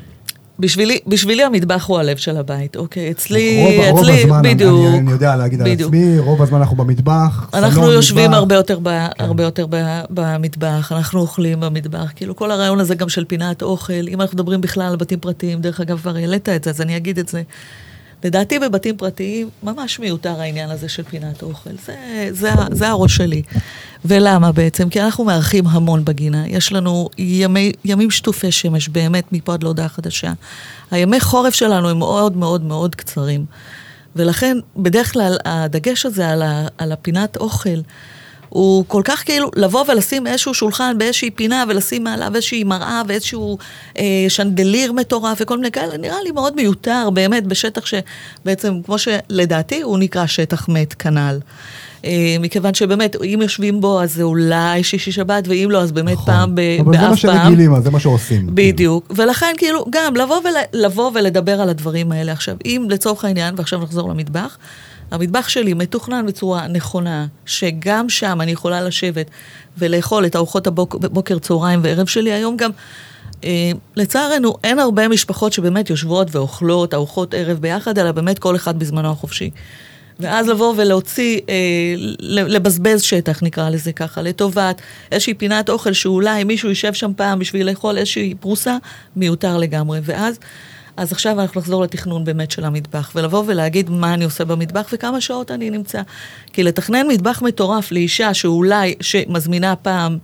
בשבילי המטבח הוא הלב של הבית, אוקיי? אצלי, בדיוק.
אני יודע להגיד על עצמי, רוב הזמן אנחנו במטבח.
אנחנו יושבים הרבה יותר במטבח, אנחנו אוכלים במטבח, כאילו כל הרעיון הזה גם של פינת אוכל, אם אנחנו מדברים בכלל על בתים פרטיים, דרך אגב כבר העלית את זה, אז אני אגיד את זה. לדעתי בבתים פרטיים, ממש מיותר העניין הזה של פינת אוכל. זה הראש שלי. ולמה בעצם? כי אנחנו מארחים המון בגינה. יש לנו ימים שטופי שמש, באמת מפה עד להודעה חדשה. הימי חורף שלנו הם מאוד מאוד מאוד קצרים. ולכן, בדרך כלל, הדגש הזה על הפינת אוכל, הוא כל כך כאילו לבוא ולשים איזשהו שולחן באיזושהי פינה, ולשים מעליו איזושהי מראה, ואיזשהו שנדליר מטורף, וכל מיני כאלה, נראה לי מאוד מיותר, באמת, בשטח שבעצם, כמו שלדעתי, הוא נקרא שטח מת כנל. מכיוון שבאמת, אם יושבים בו, אז זה אולי שישי שבת, ואם לא, אז באמת פעם באף פעם.
אבל זה מה שרגילים, אז זה מה שעושים.
בדיוק. ולכן, כאילו, גם לבוא ולדבר על הדברים האלה. עכשיו, אם לצורך העניין, ועכשיו נחזור למטבח, המטבח שלי מתוכנן בצורה נכונה, שגם שם אני יכולה לשבת ולאכול את ארוחות הבוקר, צהריים וערב שלי. היום גם, לצערנו, אין הרבה משפחות שבאמת יושבות ואוכלות ארוחות ערב ביחד, אלא באמת כל אחד בזמנו החופשי. ואז לבוא ולהוציא, לבזבז שטח, נקרא לזה ככה, לטובת איזושהי פינת אוכל שאולי מישהו יישב שם פעם בשביל לאכול איזושהי פרוסה, מיותר לגמרי. אז עכשיו אנחנו נחזור לתכנון באמת של המטבח, ולבוא ולהגיד מה אני עושה במטבח וכמה שעות אני נמצא. כי לתכנן מטבח מטורף לאישה שאולי, שמזמינה פעם,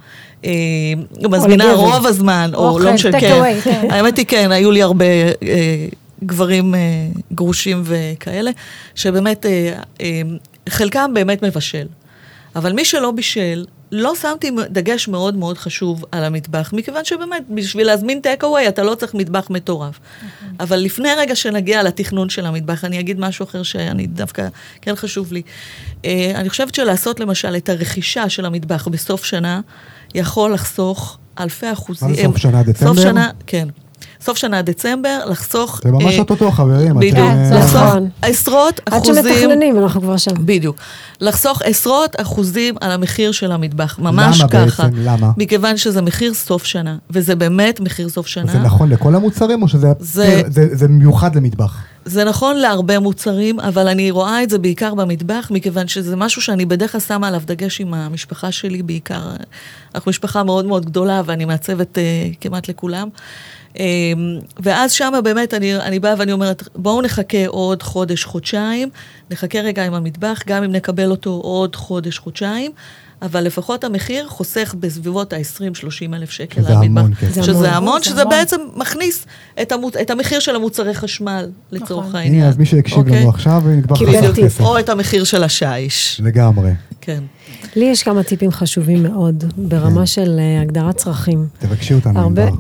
מזמינה רוב הזמן, או לא משל כן. האמת היא כן, היו לי הרבה גברים גרושים וכאלה, שבאמת, חלקם באמת מבשל. אבל מי שלא בישל, לא שמתי דגש מאוד מאוד חשוב על המטבח, מכיוון שבאמת, בשביל להזמין טייק-אווי, אתה לא צריך מטבח מטורף. אבל לפני רגע שנגיע לתכנון של המטבח, אני אגיד משהו אחר שאני דווקא, כן חשוב לי. אני חושבת שלעשות למשל את הרכישה של המטבח בסוף שנה, יכול לחסוך אלפי אחוזים.
על סוף שנה, דצמבר?
סוף שנה, כן. סוף שנה דצמבר, לחסוך...
זה ממש אותו חברים.
בדיוק, לחסוך עשרות אחוזים...
עד שמתכננים, אנחנו כבר שם.
בדיוק. לחסוך עשרות אחוזים על המחיר של המטבח, ממש ככה.
למה בעצם? למה?
מכיוון שזה מחיר סוף שנה, וזה באמת מחיר סוף שנה.
זה נכון לכל המוצרים, או שזה מיוחד למטבח?
זה נכון להרבה מוצרים, אבל אני רואה את זה בעיקר במטבח, מכיוון שזה משהו שאני בדרך כלל שמה עליו דגש עם המשפחה שלי, בעיקר, אנחנו משפחה מאוד מאוד גדולה, ואני מעצבת כמעט לכולם. ואז שמה באמת אני באה ואני אומרת, בואו נחכה עוד חודש, חודשיים, נחכה רגע עם המטבח, גם אם נקבל אותו עוד חודש, חודשיים, אבל לפחות המחיר חוסך בסביבות ה-20-30 אלף שקל למטבח. שזה המון, שזה בעצם מכניס את המחיר של המוצרי חשמל לצורך העניין.
הנה, אז מי שהקשיב לנו עכשיו, נקבח חסך כסף.
או את המחיר של השיש.
לגמרי.
כן.
לי יש כמה טיפים חשובים מאוד, ברמה של הגדרת צרכים.
תבקשי אותנו.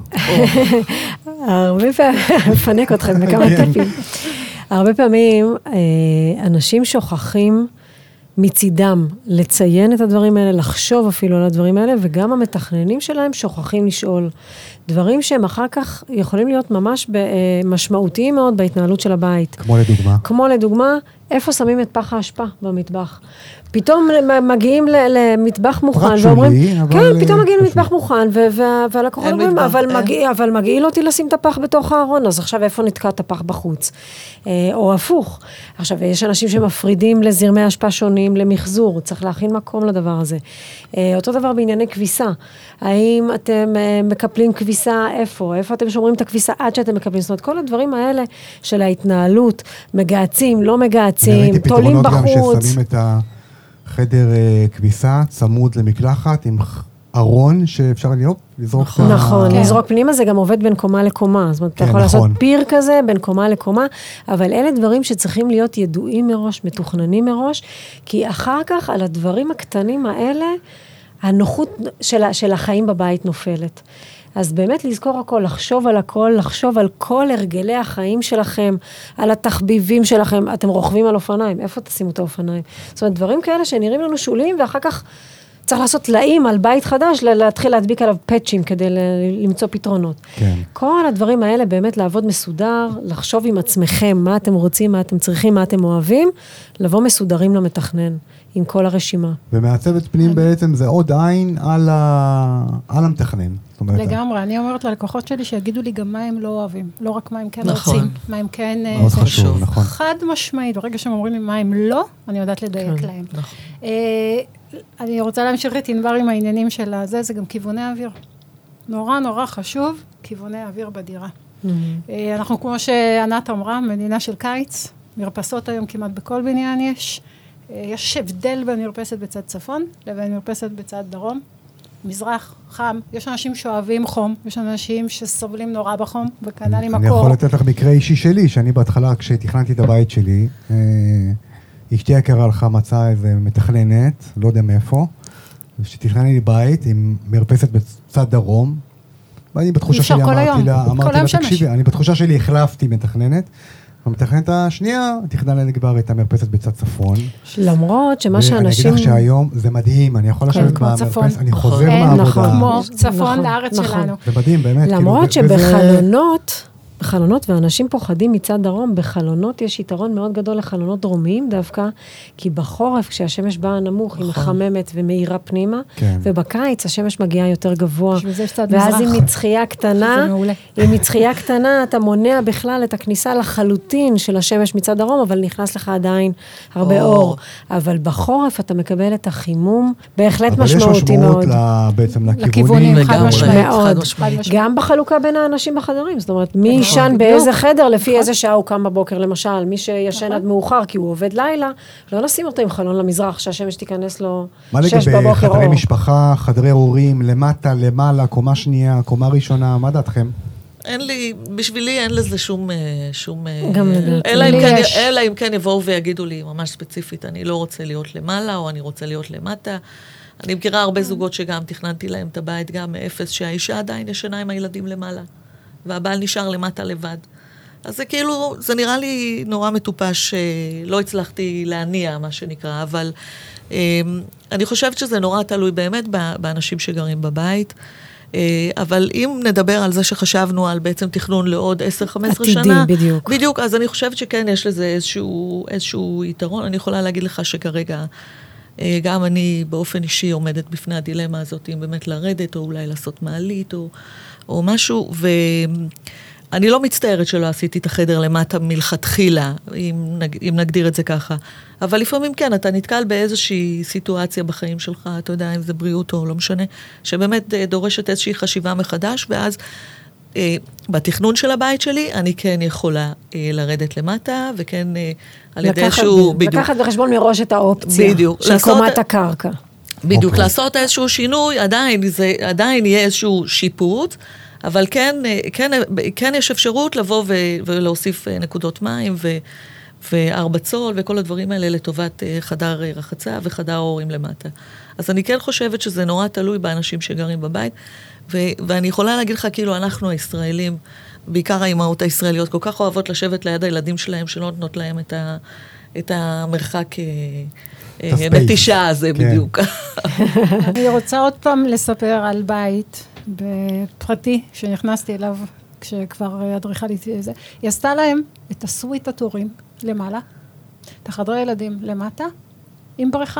הרבה פעמים, מפנק אתכם בכמה טיפים. הרבה פעמים אנשים שוכחים מצידם לציין את הדברים האלה, לחשוב אפילו על הדברים האלה, וגם המתכננים שלהם שוכחים לשאול. דברים שהם אחר כך יכולים להיות ממש משמעותיים מאוד בהתנהלות של הבית.
כמו לדוגמה?
כמו לדוגמה, איפה שמים את פח האשפה במטבח? פתאום מגיעים למטבח מוכן, ואומרים, כן, פתאום מגיעים למטבח מוכן, והלקוחות אומרים, אבל מגיעים אותי לשים את הפח בתוך הארון, אז עכשיו איפה נתקע את הפח בחוץ? או הפוך. עכשיו, יש אנשים שמפרידים לזרמי השפעה שונים, למחזור, צריך להכין מקום לדבר הזה. אותו דבר בענייני כביסה. האם אתם מקפלים כביסה איפה? איפה אתם שומרים את הכביסה עד שאתם מקפלים? זאת אומרת, כל הדברים האלה של ההתנהלות, מגעצים, לא מגעצים, תולים בחוץ.
ראיתי פתרונות גם ששמים את החדר כביסה צמוד למקלחת עם ארון שאפשר לזרוק את ה...
נכון, לזרוק פנימה זה גם עובד בין קומה לקומה, זאת אומרת, אתה יכול לעשות פיר כזה בין קומה לקומה, אבל אלה דברים שצריכים להיות ידועים מראש, מתוכננים מראש, כי אחר כך על הדברים הקטנים האלה, הנוחות של החיים בבית נופלת. אז באמת לזכור הכל, לחשוב על הכל, לחשוב על כל הרגלי החיים שלכם, על התחביבים שלכם, אתם רוכבים על אופניים, איפה תשימו את האופניים? זאת אומרת, דברים כאלה שנראים לנו שוליים, ואחר כך צריך לעשות טלאים על בית חדש, להתחיל להדביק עליו פאצ'ים כדי למצוא פתרונות.
כן.
כל הדברים האלה באמת לעבוד מסודר, לחשוב עם עצמכם מה אתם רוצים, מה אתם צריכים, מה אתם אוהבים, לבוא מסודרים למתכנן. עם כל הרשימה.
ומעצבת פנים בעצם זה עוד עין על המתכנן.
לגמרי, אני אומרת ללקוחות שלי שיגידו לי גם מה הם לא אוהבים, לא רק מה הם כן רוצים, מה הם כן...
מאוד חשוב, נכון.
חד משמעית, ברגע שהם אומרים לי מה הם לא, אני יודעת לדייק להם. אני רוצה להמשיך את ענבר עם העניינים של הזה, זה גם כיווני אוויר. נורא נורא חשוב, כיווני אוויר בדירה. אנחנו כמו שענת אמרה, מדינה של קיץ, מרפסות היום כמעט בכל בניין יש הבדל בין מרפסת בצד צפון לבין מרפסת בצד דרום. מזרח, חם, יש אנשים שאוהבים חום, יש אנשים שסובלים נורא בחום, וכנ"ל עם הקור.
אני יכול לתת לך מקרה אישי שלי, שאני בהתחלה, כשתכננתי את הבית שלי, אשתי יקרה הלכה מצאה איזה מתכננת, לא יודע מאיפה, שתכנני לי בית עם מרפסת בצד דרום, ואני בתחושה שלי אמרתי לה, תקשיבי, אני בתחושה שלי החלפתי מתכננת, המתכננת השנייה תכננה לי כבר את המרפסת בצד צפון.
למרות שמה שאנשים...
ואני אגיד לך שהיום זה מדהים, אני יכול לשבת במרפסת, אני חוזר מהעבודה.
כמו צפון לארץ שלנו.
זה מדהים, באמת.
למרות בחלונות, ואנשים פוחדים מצד דרום, בחלונות יש יתרון מאוד גדול לחלונות דרומיים דווקא, כי בחורף כשהשמש באה נמוך, היא מחממת ומאירה פנימה, ובקיץ השמש מגיעה יותר גבוה, ואז עם מצחייה קטנה, אתה מונע בכלל את הכניסה לחלוטין של השמש מצד דרום, אבל נכנס לך עדיין הרבה אור. אבל בחורף אתה מקבל את החימום, בהחלט משמעותי מאוד.
אבל יש משמעות בעצם
לכיוונים, חד
משמעית. גם בחלוקה בין האנשים בחדרים, זאת אומרת, מי ישן באיזה חדר, לפי איזה שעה הוא קם בבוקר, למשל, מי שישן עד מאוחר, כי הוא עובד לילה, לא נשים אותו עם חלון למזרח, שהשמש תיכנס לו 6 בבוקר אור.
מה לגבי חדרי משפחה, חדרי הורים, למטה, למעלה, קומה שנייה, קומה ראשונה, מה דעתכם?
בשבילי אין לזה שום
גם לדעתי.
אלא אם כן יבואו ויגידו לי ממש ספציפית, אני לא רוצה להיות למעלה, או אני רוצה להיות למטה. אני מכירה הרבה זוגות שגם תכננתי להם את הבית גם מאפס, שהאישה עדיין ישנה עם הילדים למעלה. והבעל נשאר למטה לבד. אז זה כאילו, זה נראה לי נורא מטופש, לא הצלחתי להניע, מה שנקרא, אבל אני חושבת שזה נורא תלוי באמת באנשים שגרים בבית. אבל אם נדבר על זה שחשבנו על בעצם תכנון לעוד 10-15 שנה, בדיוק, אז אני חושבת שכן יש לזה איזשהו יתרון. אני יכולה להגיד לך שכרגע, גם אני באופן אישי עומדת בפני הדילמה הזאת, אם באמת לרדת, או אולי לעשות מעלית, או משהו, ואני לא מצטערת שלא עשיתי את החדר למטה מלכתחילה, אם נגדיר את זה ככה. אבל לפעמים כן, אתה נתקל באיזושהי סיטואציה בחיים שלך, אתה יודע, אם זה בריאות או לא משנה, שבאמת דורשת איזושהי חשיבה מחדש, ואז בתכנון של הבית שלי, אני כן יכולה לרדת למטה, וכן על ידי איזשהו...
לקחת בחשבון מראש את האופציה, של קומת הקרקע.
בדיוק, לעשות איזשהו שינוי, עדיין יהיה איזשהו שיפוט, אבל כן יש אפשרות לבוא ולהוסיף נקודות מים וארבע צול וכל הדברים האלה לטובת חדר רחצה וחדר הורים למטה. אז אני כן חושבת שזה נורא תלוי באנשים שגרים בבית, ואני יכולה להגיד לך, כאילו אנחנו הישראלים, בעיקר האימהות הישראליות, כל כך אוהבות לשבת ליד הילדים שלהם, שלא נותנות להם את המרחק נטישה הזה בדיוק.
אני רוצה עוד פעם לספר על בית בפרטי, שנכנסתי אליו כשכבר אדריכלית זה. היא עשתה להם את הסוויט התורים למעלה, את החדרי ילדים למטה, עם בריכה.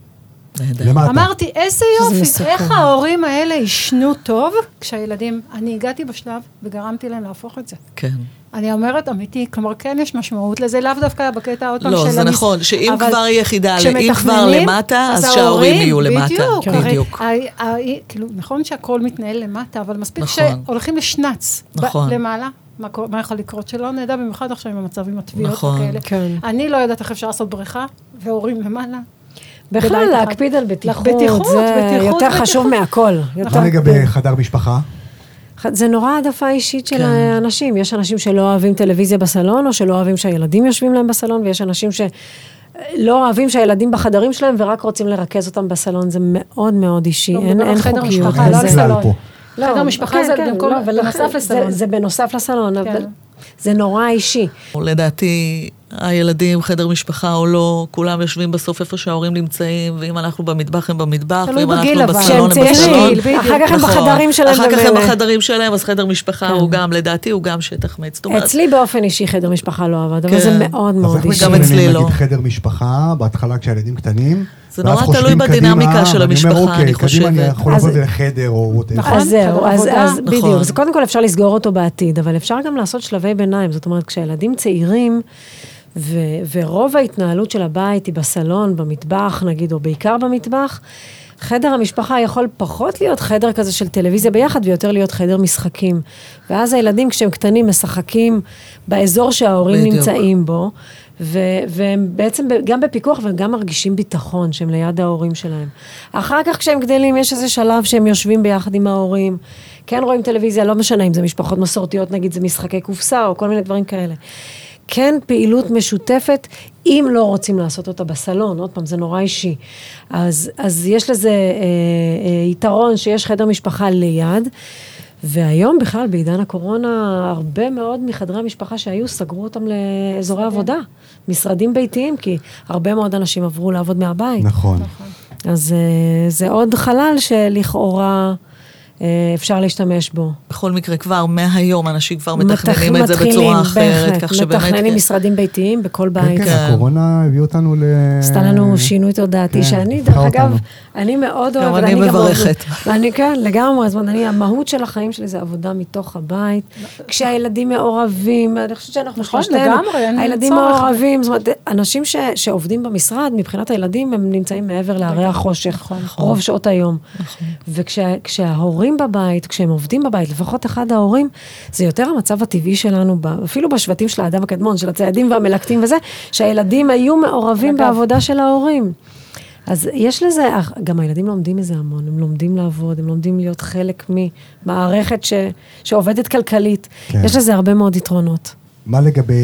אמרתי, איזה יופי, איך ההורים האלה ישנו טוב, כשהילדים, אני הגעתי בשלב וגרמתי להם להפוך את זה.
כן.
אני אומרת אמיתי, כלומר כן יש משמעות לזה, לאו דווקא בקטע עוד פעם של...
לא, זה נכון, שאם כבר יחידה, אם כבר למטה, אז שההורים יהיו למטה. בדיוק.
כאילו, נכון שהכל מתנהל למטה, אבל מספיק שהולכים לשנץ למעלה. מה יכול לקרות שלא נדע, במיוחד עכשיו עם המצב עם התביעות וכאלה. אני לא יודעת איך אפשר לעשות בריכה, והורים למעלה.
בכלל, להקפיד על בטיחות, זה יותר חשוב מהכל.
מה לגבי חדר משפחה?
זה נורא העדפה אישית של האנשים. יש אנשים שלא אוהבים טלוויזיה בסלון, או שלא אוהבים שהילדים יושבים להם בסלון, ויש אנשים שלא אוהבים שהילדים בחדרים שלהם, ורק רוצים לרכז אותם בסלון. זה מאוד מאוד אישי. אין חוקיות.
חדר משפחה זה בנוסף לסלון.
זה בנוסף לסלון, אבל זה נורא אישי.
לדעתי, הילדים, חדר משפחה או לא, כולם יושבים בסוף איפה שההורים נמצאים, ואם אנחנו במטבח הם במטבח, ואם אנחנו בסלון הם בסלון.
אחר כך הם בחדרים שלהם.
אחר כך הם בחדרים שלהם, אז חדר משפחה הוא גם, לדעתי, הוא גם שטח מת.
אצלי באופן אישי חדר משפחה לא עבד, אבל זה מאוד מאוד אישי.
גם אצלי לא.
נגיד חדר משפחה, בהתחלה כשהילדים קטנים,
זה נורא תלוי בדינמיקה של המשפחה, אני חושבת.
קדימה אני יכול לבוא לחדר או...
אז זהו, אז בדיוק. אז קודם כל אפשר לסגור אותו בעתיד, אבל אפשר גם לעשות שלבי ביניים. זאת אומרת, כשהילדים צעירים, ורוב ההתנהלות של הבית היא בסלון, במטבח נגיד, או בעיקר במטבח, חדר המשפחה יכול פחות להיות חדר כזה של טלוויזיה ביחד, ויותר להיות חדר משחקים. ואז הילדים כשהם קטנים משחקים באזור שההורים נמצאים בו, והם בעצם גם בפיקוח וגם מרגישים ביטחון שהם ליד ההורים שלהם. אחר כך כשהם גדלים יש איזה שלב שהם יושבים ביחד עם ההורים, כן רואים טלוויזיה, לא משנה אם זה משפחות מסורתיות, נגיד זה משחקי קופסה או כל מיני דברים כאלה. כן פעילות משותפת, אם לא רוצים לעשות אותה בסלון, עוד פעם זה נורא אישי. אז יש לזה יתרון שיש חדר משפחה ליד, והיום בכלל בעידן הקורונה, הרבה מאוד מחדרי המשפחה שהיו, סגרו אותם לאזורי עבודה, משרדים ביתיים, כי הרבה מאוד אנשים עברו לעבוד מהבית.
נכון.
אז זה עוד חלל שלכאורה אפשר להשתמש בו.
בכל מקרה כבר מהיום אנשים כבר מתכננים את זה בצורה אחרת, כך שבאמת...
מתכננים משרדים ביתיים בכל בית.
כן, הקורונה הביא אותנו
עשתה לנו שינוי תודעתי, שאני דרך אגב, אני מאוד אוהבת.
גם אני מברכת.
ואני כן, לגמרי, זאת אומרת, המהות של החיים שלי זה עבודה מתוך הבית, כשהילדים מעורבים, אני חושבת שאנחנו שלושתנו, הילדים מעורבים, זאת אומרת, אנשים שעובדים במשרד, מבחינת הילדים, הם נמצאים מעבר להרי החושך, רוב שעות היום. וכשההורים בבית, כשהם עובדים בבית, לפחות אחד ההורים, זה יותר המצב הטבעי שלנו, אפילו בשבטים של האדם הקדמון, של הציידים והמלקטים וזה, שהילדים היו מעורבים בעבודה של ההורים. אז יש לזה, גם הילדים לומדים איזה המון, הם לומדים לעבוד, הם לומדים להיות חלק ממערכת שעובדת כלכלית. יש לזה הרבה מאוד יתרונות.
מה לגבי,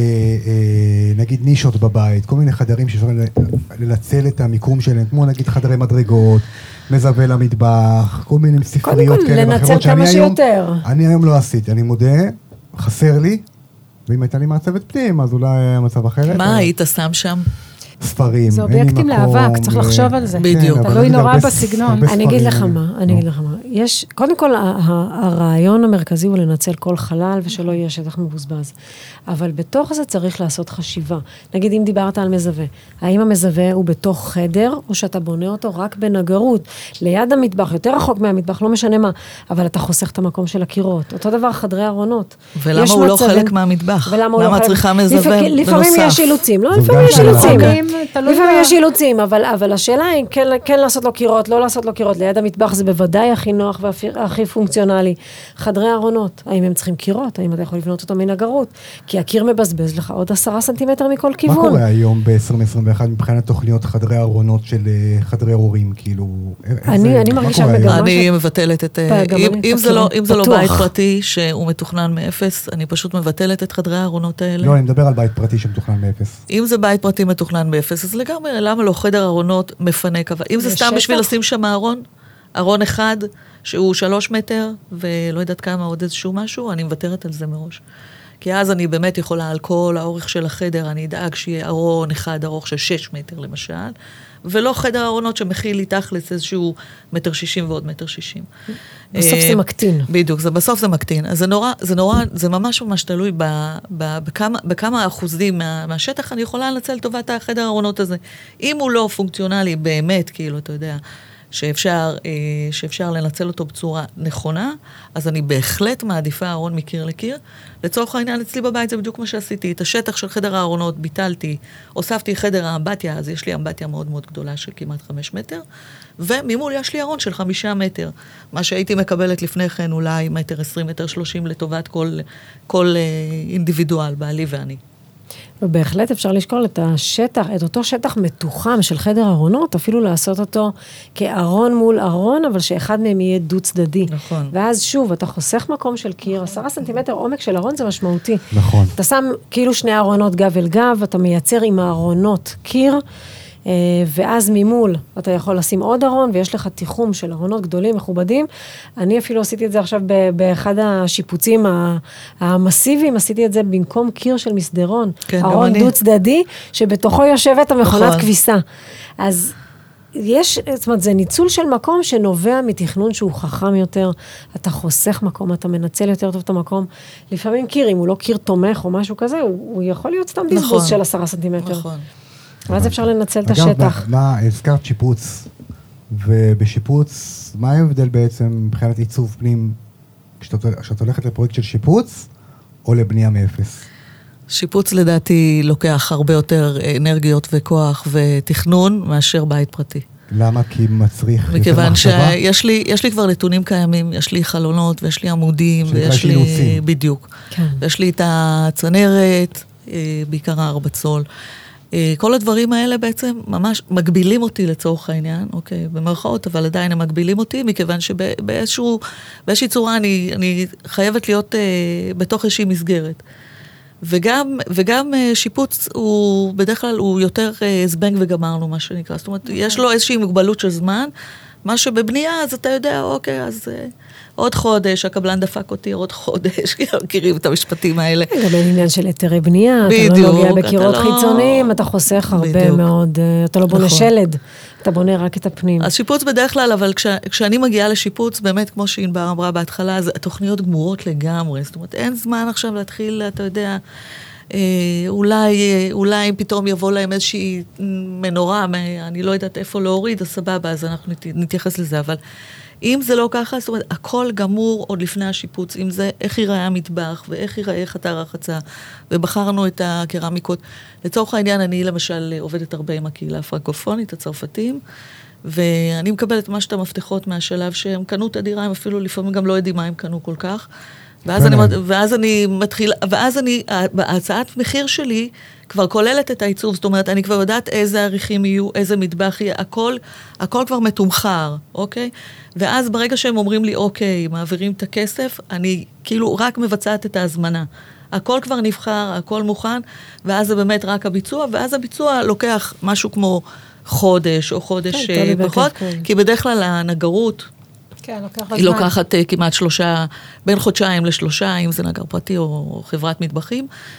נגיד, נישות בבית, כל מיני חדרים שאפשר לנצל את המיקום שלהם, כמו נגיד חדרי מדרגות, מזווה למטבח, כל מיני ספריות כאלה ואחרות.
לנצל כמה שיותר.
אני היום לא עשיתי, אני מודה, חסר לי, ואם הייתה לי מעצבת פנים, אז אולי המצב אחרת.
מה היית שם שם?
ספרים,
זה אובייקטים לאבק, צריך לחשוב על זה.
בדיוק.
תלוי נורא בסגנון.
אני אגיד לך מה, קודם כל, הרעיון המרכזי הוא לנצל כל חלל ושלא יהיה שטח מבוזבז. אבל בתוך זה צריך לעשות חשיבה. נגיד, אם דיברת על מזווה, האם המזווה הוא בתוך חדר, או שאתה בונה אותו רק בנגרות, ליד המטבח, יותר רחוק מהמטבח, לא משנה מה, אבל אתה חוסך את המקום של הקירות. אותו דבר חדרי ארונות.
ולמה הוא לא חלק מהמטבח? למה צריכה מזווה בנוסף?
לפעמים יש אילוצים, לא? לפעמים יש אילוצים. לפעמים יש אילוצים, אבל השאלה היא כן לעשות לו קירות, לא לעשות לו קירות. ליד המטבח זה בוודאי הכי נוח והכי פונקציונלי. חדרי ארונות, האם הם צריכים קירות? האם אתה יכול לבנות אותו מנגרות? כי הקיר מבזבז לך עוד 10 סנטימטר מכל כיוון.
מה קורה היום ב-2021 מבחינת תוכניות חדרי ארונות של חדרי הורים? כאילו,
אני מרגישה מגמה.
אני מבטלת את... אם זה לא בית פרטי שהוא מתוכנן מאפס, אני פשוט מבטלת את חדרי הארונות האלה.
לא, אני מדבר על בית פרטי שמתוכנן מאפס.
אם זה בית פרטי מתוכנן מאפס, אז לגמרי, למה לא חדר ארונות מפנק? אם זה סתם בשביל לשים שם ארון אחד, שהוא 3 מטר, ולא יודעת כמה עוד איזשהו משהו, אני מוותרת על זה מראש. כי אז אני באמת יכולה על כל האורך של החדר, אני אדאג שיהיה ארון אחד ארוך של 6 מטר למשל, ולא חדר ארונות שמכיל לי תכלס איזשהו 1.60 ועוד 1.60.
בסוף זה מקטין.
בדיוק, בסוף זה מקטין. אז זה ממש תלוי בכמה אחוזים מהשטח אני יכולה לנצל טובת החדר הארונות הזה. אם הוא לא פונקציונלי באמת, כאילו, אתה יודע, שאפשר לנצל אותו בצורה נכונה, אז אני בהחלט מעדיפה ארון מקיר לקיר. לצורך העניין, אצלי בבית זה בדיוק מה שעשיתי. את השטח של חדר הארונות ביטלתי, הוספתי חדר האמבטיה, אז יש לי אמבטיה מאוד מאוד גדולה של כמעט 5 מטר, וממול יש לי ארון של 5 מטר. מה שהייתי מקבלת לפני כן אולי 1.20 מטר, 1.30 לטובת כל אינדיבידואל, בעלי ואני.
ובהחלט אפשר לשקול את אותו שטח מתוחם של חדר ארונות, אפילו לעשות אותו כארון מול ארון, אבל שאחד מהם יהיה דו צדדי.
נכון.
ואז שוב, אתה חוסך מקום של קיר, 10 סנטימטר עומק של ארון זה משמעותי.
נכון.
אתה שם כאילו 2 ארונות גב אל גב, אתה מייצר עם הארונות קיר, ואז ממול אתה יכול לשים עוד ארון, ויש לך תיחום של ארונות גדולים, מכובדים. אני אפילו עשיתי את זה עכשיו באחד השיפוצים המסיביים, עשיתי את זה במקום קיר של מסדרון,
כן,
ארון דו צדדי, שבתוכו יושבת המכונת כביסה. אז זאת אומרת, זה ניצול של מקום שנובע מתכנון שהוא חכם יותר, אתה חוסך מקום, אתה מנצל יותר טוב את המקום. לפעמים קיר, אם הוא לא קיר תומך או משהו כזה, הוא יכול להיות סתם בזבוז של 10 סנטימטר.
נכון.
ואז אפשר לנצל את השטח.
הזכרת שיפוץ, ובשיפוץ, מה ההבדל בעצם מבחינת עיצוב פנים, כשאת הולכת לפרויקט של שיפוץ, או לבנייה מאפס?
שיפוץ לדעתי לוקח הרבה יותר אנרגיות וכוח ותכנון, מאשר בית פרטי.
למה? כי מצריך יותר מחשבה?
מכיוון שיש לי כבר נתונים קיימים, יש לי חלונות, ויש לי עמודים, ויש לי... בדיוק. ויש לי את הצנרת, בעיקר ההרבצול. כל הדברים האלה בעצם ממש מגבילים אותי לצורך העניין, אוקיי, במרכאות, אבל עדיין הם מגבילים אותי, מכיוון שבאיזושהי צורה אני חייבת להיות בתוך איזושהי מסגרת. וגם שיפוץ הוא בדרך כלל הוא יותר זבנג וגמרנו, מה שנקרא. זאת אומרת, יש לו איזושהי מגבלות של זמן, מה שבבנייה, אז אתה יודע, אוקיי, אז עוד חודש, הקבלן דפק אותי עוד חודש, מכירים את המשפטים האלה.
גם אין עניין של היתרי בנייה, אתה לא נוגע בקירות חיצוניים, אתה חוסך הרבה מאוד, אתה לא בונה שלד, אתה בונה רק את הפנים.
אז שיפוץ בדרך כלל, אבל כשאני מגיעה לשיפוץ, באמת, כמו שענבר אמרה בהתחלה, התוכניות גמורות לגמרי, זאת אומרת, אין זמן עכשיו להתחיל, אתה יודע, אולי פתאום יבוא להם איזושהי מנורה, אני לא יודעת איפה להוריד, אז סבבה, אז אנחנו נתייחס לזה, אבל אם זה לא ככה, זאת אומרת, הכל גמור עוד לפני השיפוץ, אם זה איך ייראה המטבח, ואיך ייראה חדר הרחצה, ובחרנו את הקרמיקות. לצורך העניין, אני למשל עובדת הרבה עם הקהילה הפרנקופונית, הצרפתים, ואני מקבלת ממש את המפתחות מהשלב שהם קנו את הדירה, הם אפילו לפעמים גם לא יודעים מה הם קנו כל כך, ואז אני מתחילה, בהצעת מחיר שלי כבר כוללת את העיצוב, זאת אומרת, אני כבר יודעת איזה עריכים יהיו, איזה מטבח יהיה, הכל כבר מתומחר, אוקיי? ואז ברגע שהם אומרים לי, אוקיי, מעבירים את הכסף, אני כאילו רק מבצעת את ההזמנה. הכל כבר נבחר, הכל מוכן, ואז זה באמת רק הביצוע, ואז הביצוע לוקח משהו כמו חודש או חודש פחות, כי בדרך כלל הנגרות, היא לוקחת כמעט בין 2 ל3, אם זה נגר פרטי או חברת מטבחים,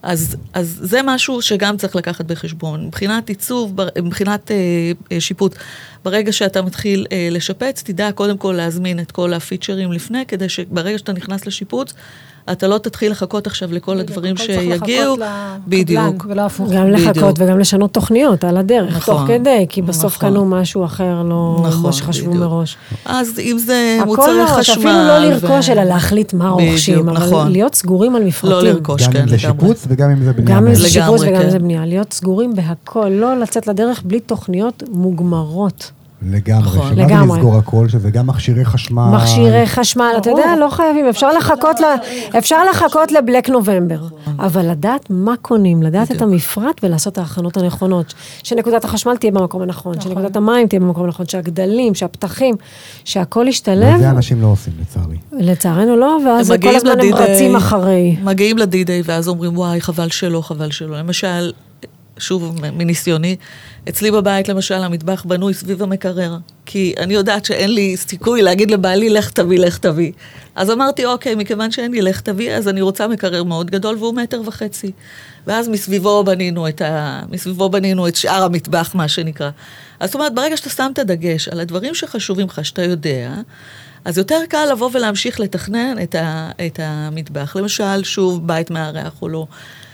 אז זה משהו שגם צריך לקחת בחשבון. מבחינת עיצוב, מבחינת שיפוט, ברגע שאתה מתחיל לשפץ, תדע קודם כל להזמין את כל הפיצ'רים לפני, כדי שברגע שאתה נכנס לשיפוץ, אתה לא תתחיל לחכות עכשיו לכל הדברים שיגיעו. בדיוק.
גם לחכות וגם לשנות תוכניות על הדרך, תוך כדי, כי בסוף קנו משהו אחר, לא מה שחשבו מראש.
אז אם זה מוצרי חשמל...
אפילו לא לרכוש, אלא להחליט מה רוכשים, אבל להיות סגורים על מפרטים.
לא לרכוש,
גם אם זה שיפוץ וגם אם זה בנייה.
גם אם זה שיפוץ וגם אם זה בנייה. להיות סגורים בהכל, לא לצאת לדרך בלי תוכניות מוגמרות.
לגמרי, שמה לסגור הכל, שזה גם מכשירי חשמל.
מכשירי חשמל, אתה יודע, לא חייבים, אפשר לחכות לבלק נובמבר, אבל לדעת מה קונים, לדעת את המפרט ולעשות את ההכנות הנכונות, שנקודת החשמל תהיה במקום הנכון, שנקודת המים תהיה במקום הנכון, שהגדלים, שהפתחים, שהכל ישתלב.
וזה אנשים לא עושים, לצערי.
לצערנו לא, ואז כל הזמן הם רצים אחרי.
מגיעים לדידי, ואז אומרים, וואי, חבל שלא, חבל שלא. למשל, שוב, מניסיוני, אצלי בבית, למשל, המטבח בנוי סביב המקרר, כי אני יודעת שאין לי סיכוי להגיד לבעלי, לך תביא, לך תביא. אז אמרתי, אוקיי, מכיוון שאין לי לך תביא, אז אני רוצה מקרר מאוד גדול, והוא 1.5 מטר. ואז מסביבו בנינו את שאר המטבח, מה שנקרא. אז זאת אומרת, ברגע שאתה שם את הדגש על הדברים שחשובים לך, שאתה יודע, אז יותר קל לבוא ולהמשיך לתכנן את המטבח. למשל, שוב, בית מארח או לא.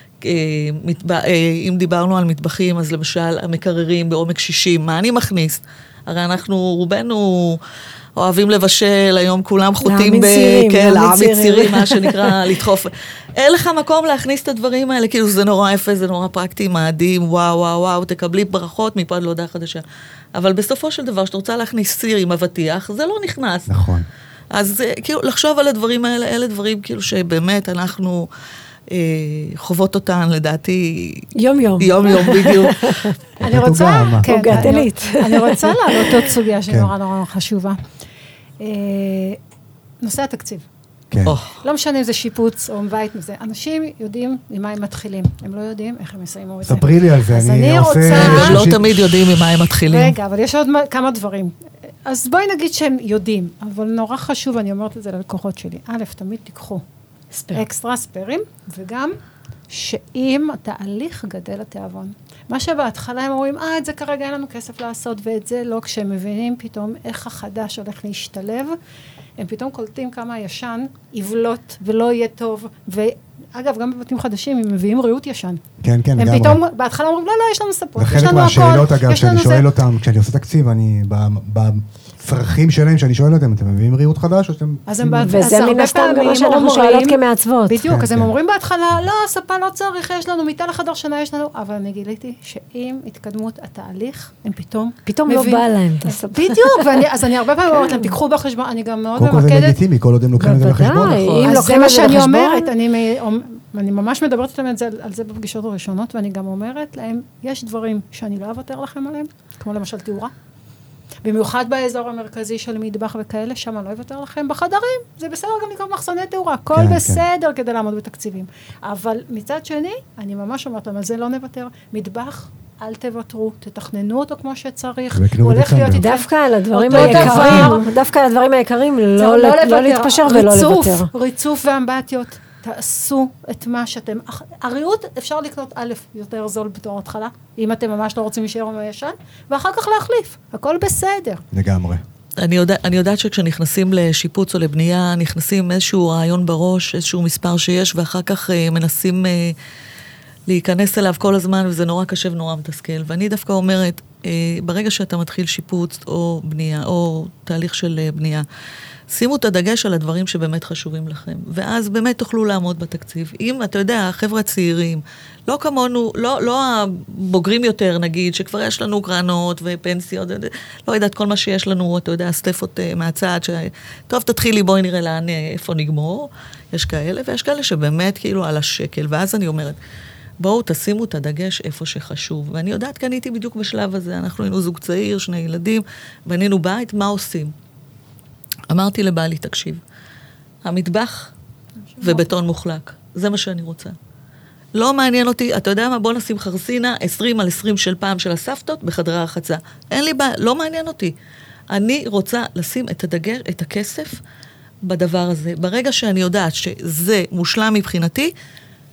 אם דיברנו על מטבחים, אז למשל המקררים בעומק 60, מה אני מכניס? הרי אנחנו רובנו אוהבים לבשל, היום כולם חוטים להעמיד צירים, מה שנקרא לדחוף. אין לך מקום להכניס את הדברים האלה, כאילו זה נורא יפה, זה נורא פרקטי, מאדים, וואו, וואו, וואו, תקבלי ברכות מפה עד להודעה חדשה. אבל בסופו של דבר, שאתה רוצה להכניס סיר עם אבטיח, זה לא נכנס.
נכון.
אז כאילו, לחשוב על הדברים האלה, אלה דברים כאילו שבאמת אנחנו... חוות אותן, לדעתי...
יום-יום.
יום-יום, בדיוק.
אני רוצה...
עוגת עילית.
אני רוצה לעלות עוד סוגיה שנורא נורא חשובה. נושא התקציב. לא משנה אם זה שיפוץ או בית מזה. אנשים יודעים ממה הם מתחילים. הם לא יודעים איך הם מסיימו את זה.
ספרי לי על זה, אני עושה...
הם לא תמיד יודעים ממה הם מתחילים.
רגע, אבל יש עוד כמה דברים. אז בואי נגיד שהם יודעים, אבל נורא חשוב, אני אומרת את זה ללקוחות שלי. א', תמיד תיקחו אקסטרה ספרים, וגם שאם התהליך גדל התיאבון. מה שבהתחלה הם אומרים, את זה כרגע אין לנו כסף לעשות, ואת זה לא, כשהם מבינים פתאום איך החדש הולך להשתלב, הם פתאום קולטים כמה הישן יבלוט ולא יהיה טוב, ואגב, גם בבתים חדשים הם מביאים ריהוט ישן.
כן, כן,
הם פתאום, בהתחלה אומרים, לא, יש לנו ספות,
יש לנו הכל. זה חלק מהשאלות, אגב, שאני שואל אותם, כשאני עושה תקציב, אני צרכים שלהם, שאני שואל אותם, אתם מביאים ריהוט חדש, או שאתם...
וזה מן הסתם גם מה שאנחנו שואלות כמעצבות.
בדיוק, אז הם אומרים בהתחלה, לא, ספה לא צריך, יש לנו, מיטה לחדר שינה יש לנו, אבל אני גיליתי שעם התקדמות התהליך, הם
פתאום לא בא להם את הספה.
בדיוק, אז אני הרבה פעמים אומרת להם, תיקחו בחשבון, אני גם מאוד ממקדת...
קודם כל זה לגיטימי, כל עוד הם לוקחים את זה בחשבון.
אז זה מה שאני אומרת, אני ממש מדברת איתם על זה בפגישות הראשונות, ואני גם אומרת להם, יש דברים שאני לא אוותר לכם עליהם, כמו למשל תאורה. במיוחד באזור המרכזי של מטבח וכאלה, שם אני לא אוותר לכם. בחדרים, זה בסדר גם לקרוא מחסני תאורה, הכל בסדר כדי לעמוד בתקציבים. אבל מצד שני, אני ממש אומרת להם, על זה לא נוותר. מטבח, אל תוותרו, תתכננו אותו כמו שצריך. הוא הולך להיות איתכם.
דווקא על הדברים היקרים, לא להתפשר ולא לוותר.
ריצוף ואמבטיות. תעשו את מה שאתם... הריהוט אפשר לקנות א' יותר זול בתור התחלה, אם אתם ממש לא רוצים להישאר מהישן, ואחר כך להחליף. הכל בסדר.
לגמרי.
אני יודעת שכשנכנסים לשיפוץ או לבנייה, נכנסים איזשהו רעיון בראש, איזשהו מספר שיש, ואחר כך מנסים להיכנס אליו כל הזמן, וזה נורא קשה ונורא מתסכל. ואני דווקא אומרת, ברגע שאתה מתחיל שיפוץ או בנייה, או תהליך של בנייה, שימו את הדגש על הדברים שבאמת חשובים לכם, ואז באמת תוכלו לעמוד בתקציב. אם, אתה יודע, החבר'ה צעירים, לא כמונו, לא הבוגרים יותר, נגיד, שכבר יש לנו קרנות ופנסיות, לא יודעת, כל מה שיש לנו, אתה יודע, סטפות מהצד, טוב, תתחילי, בואי נראה לאן, איפה נגמור. יש כאלה, ויש כאלה שבאמת כאילו על השקל, ואז אני אומרת, בואו תשימו את הדגש איפה שחשוב. ואני יודעת, כי אני הייתי בדיוק בשלב הזה, אנחנו היינו זוג צעיר, 2 ילדים, בנינו בית, מה עושים? אמרתי לבעלי, תקשיב, המטבח ובטון מוחלק, זה מה שאני רוצה. לא מעניין אותי, אתה יודע מה, בוא נשים חרסינה 20x20 של פעם של הסבתות בחדרי הרחצה. אין לי בעיה, לא מעניין אותי. אני רוצה לשים את הדגש, את הכסף בדבר הזה. ברגע שאני יודעת שזה מושלם מבחינתי,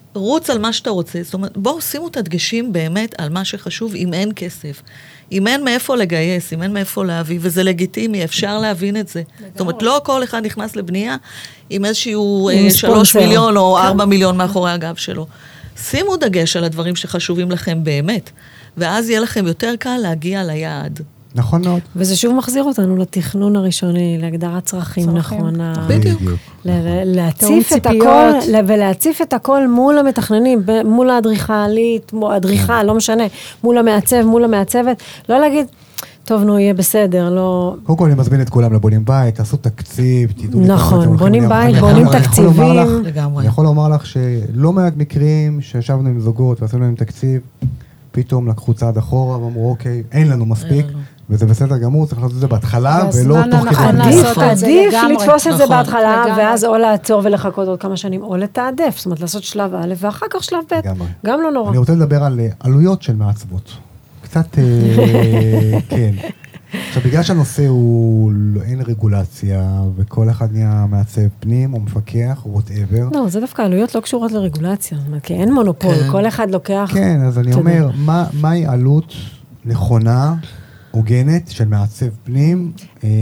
רוץ על מה שאתה רוצה. זאת אומרת, בואו שימו את הדגשים באמת על מה שחשוב, אם אין כסף. אם אין מאיפה לגייס, אם אין מאיפה להביא, וזה לגיטימי, אפשר להבין את זה. זאת אומרת, לא כל אחד נכנס לבנייה עם איזשהו 3 מיליון או 4 מיליון מאחורי הגב שלו. שימו דגש על הדברים שחשובים לכם באמת, ואז יהיה לכם יותר קל להגיע ליעד.
נכון מאוד.
וזה שוב מחזיר אותנו לתכנון הראשוני, להגדרת צרכים נכונה.
בדיוק.
להציף את הכל, ולהציף את הכל מול המתכננים, מול האדריכלית, אדריכל, לא משנה, מול המעצב, מול המעצבת, לא להגיד, טוב, נו, יהיה בסדר, לא...
קודם כל אני מזמין את כולם לבונים בית, תעשו תקציב, תדעו...
נכון, בונים בית, בונים תקציבים.
אני יכול לומר לך שלא מעט מקרים שישבנו עם זוגות ועשינו להם תקציב, פתאום לקחו צעד אחורה ואמרו, אוקיי, אין לנו מספיק, וזה בסדר גמור, צריך לעשות את זה בהתחלה, ולא תוך כדי...
עדיף לתפוס את זה בהתחלה, ואז או לעצור ולחכות עוד כמה שנים, או לתעדף, זאת אומרת, לעשות שלב א', ואחר כך שלב ב', גם לא נורא.
אני רוצה לדבר על עלויות של מעצבות. קצת, כן. עכשיו, בגלל שהנושא הוא, אין רגולציה, וכל אחד נהיה מעצב פנים, או מפקח, או whatever.
לא, זה דווקא עלויות לא קשורות לרגולציה, כי אין מונופול, כל אחד לוקח...
כן, אז אני אומר, מהי עלות נכונה, הוגנת, של מעצב פנים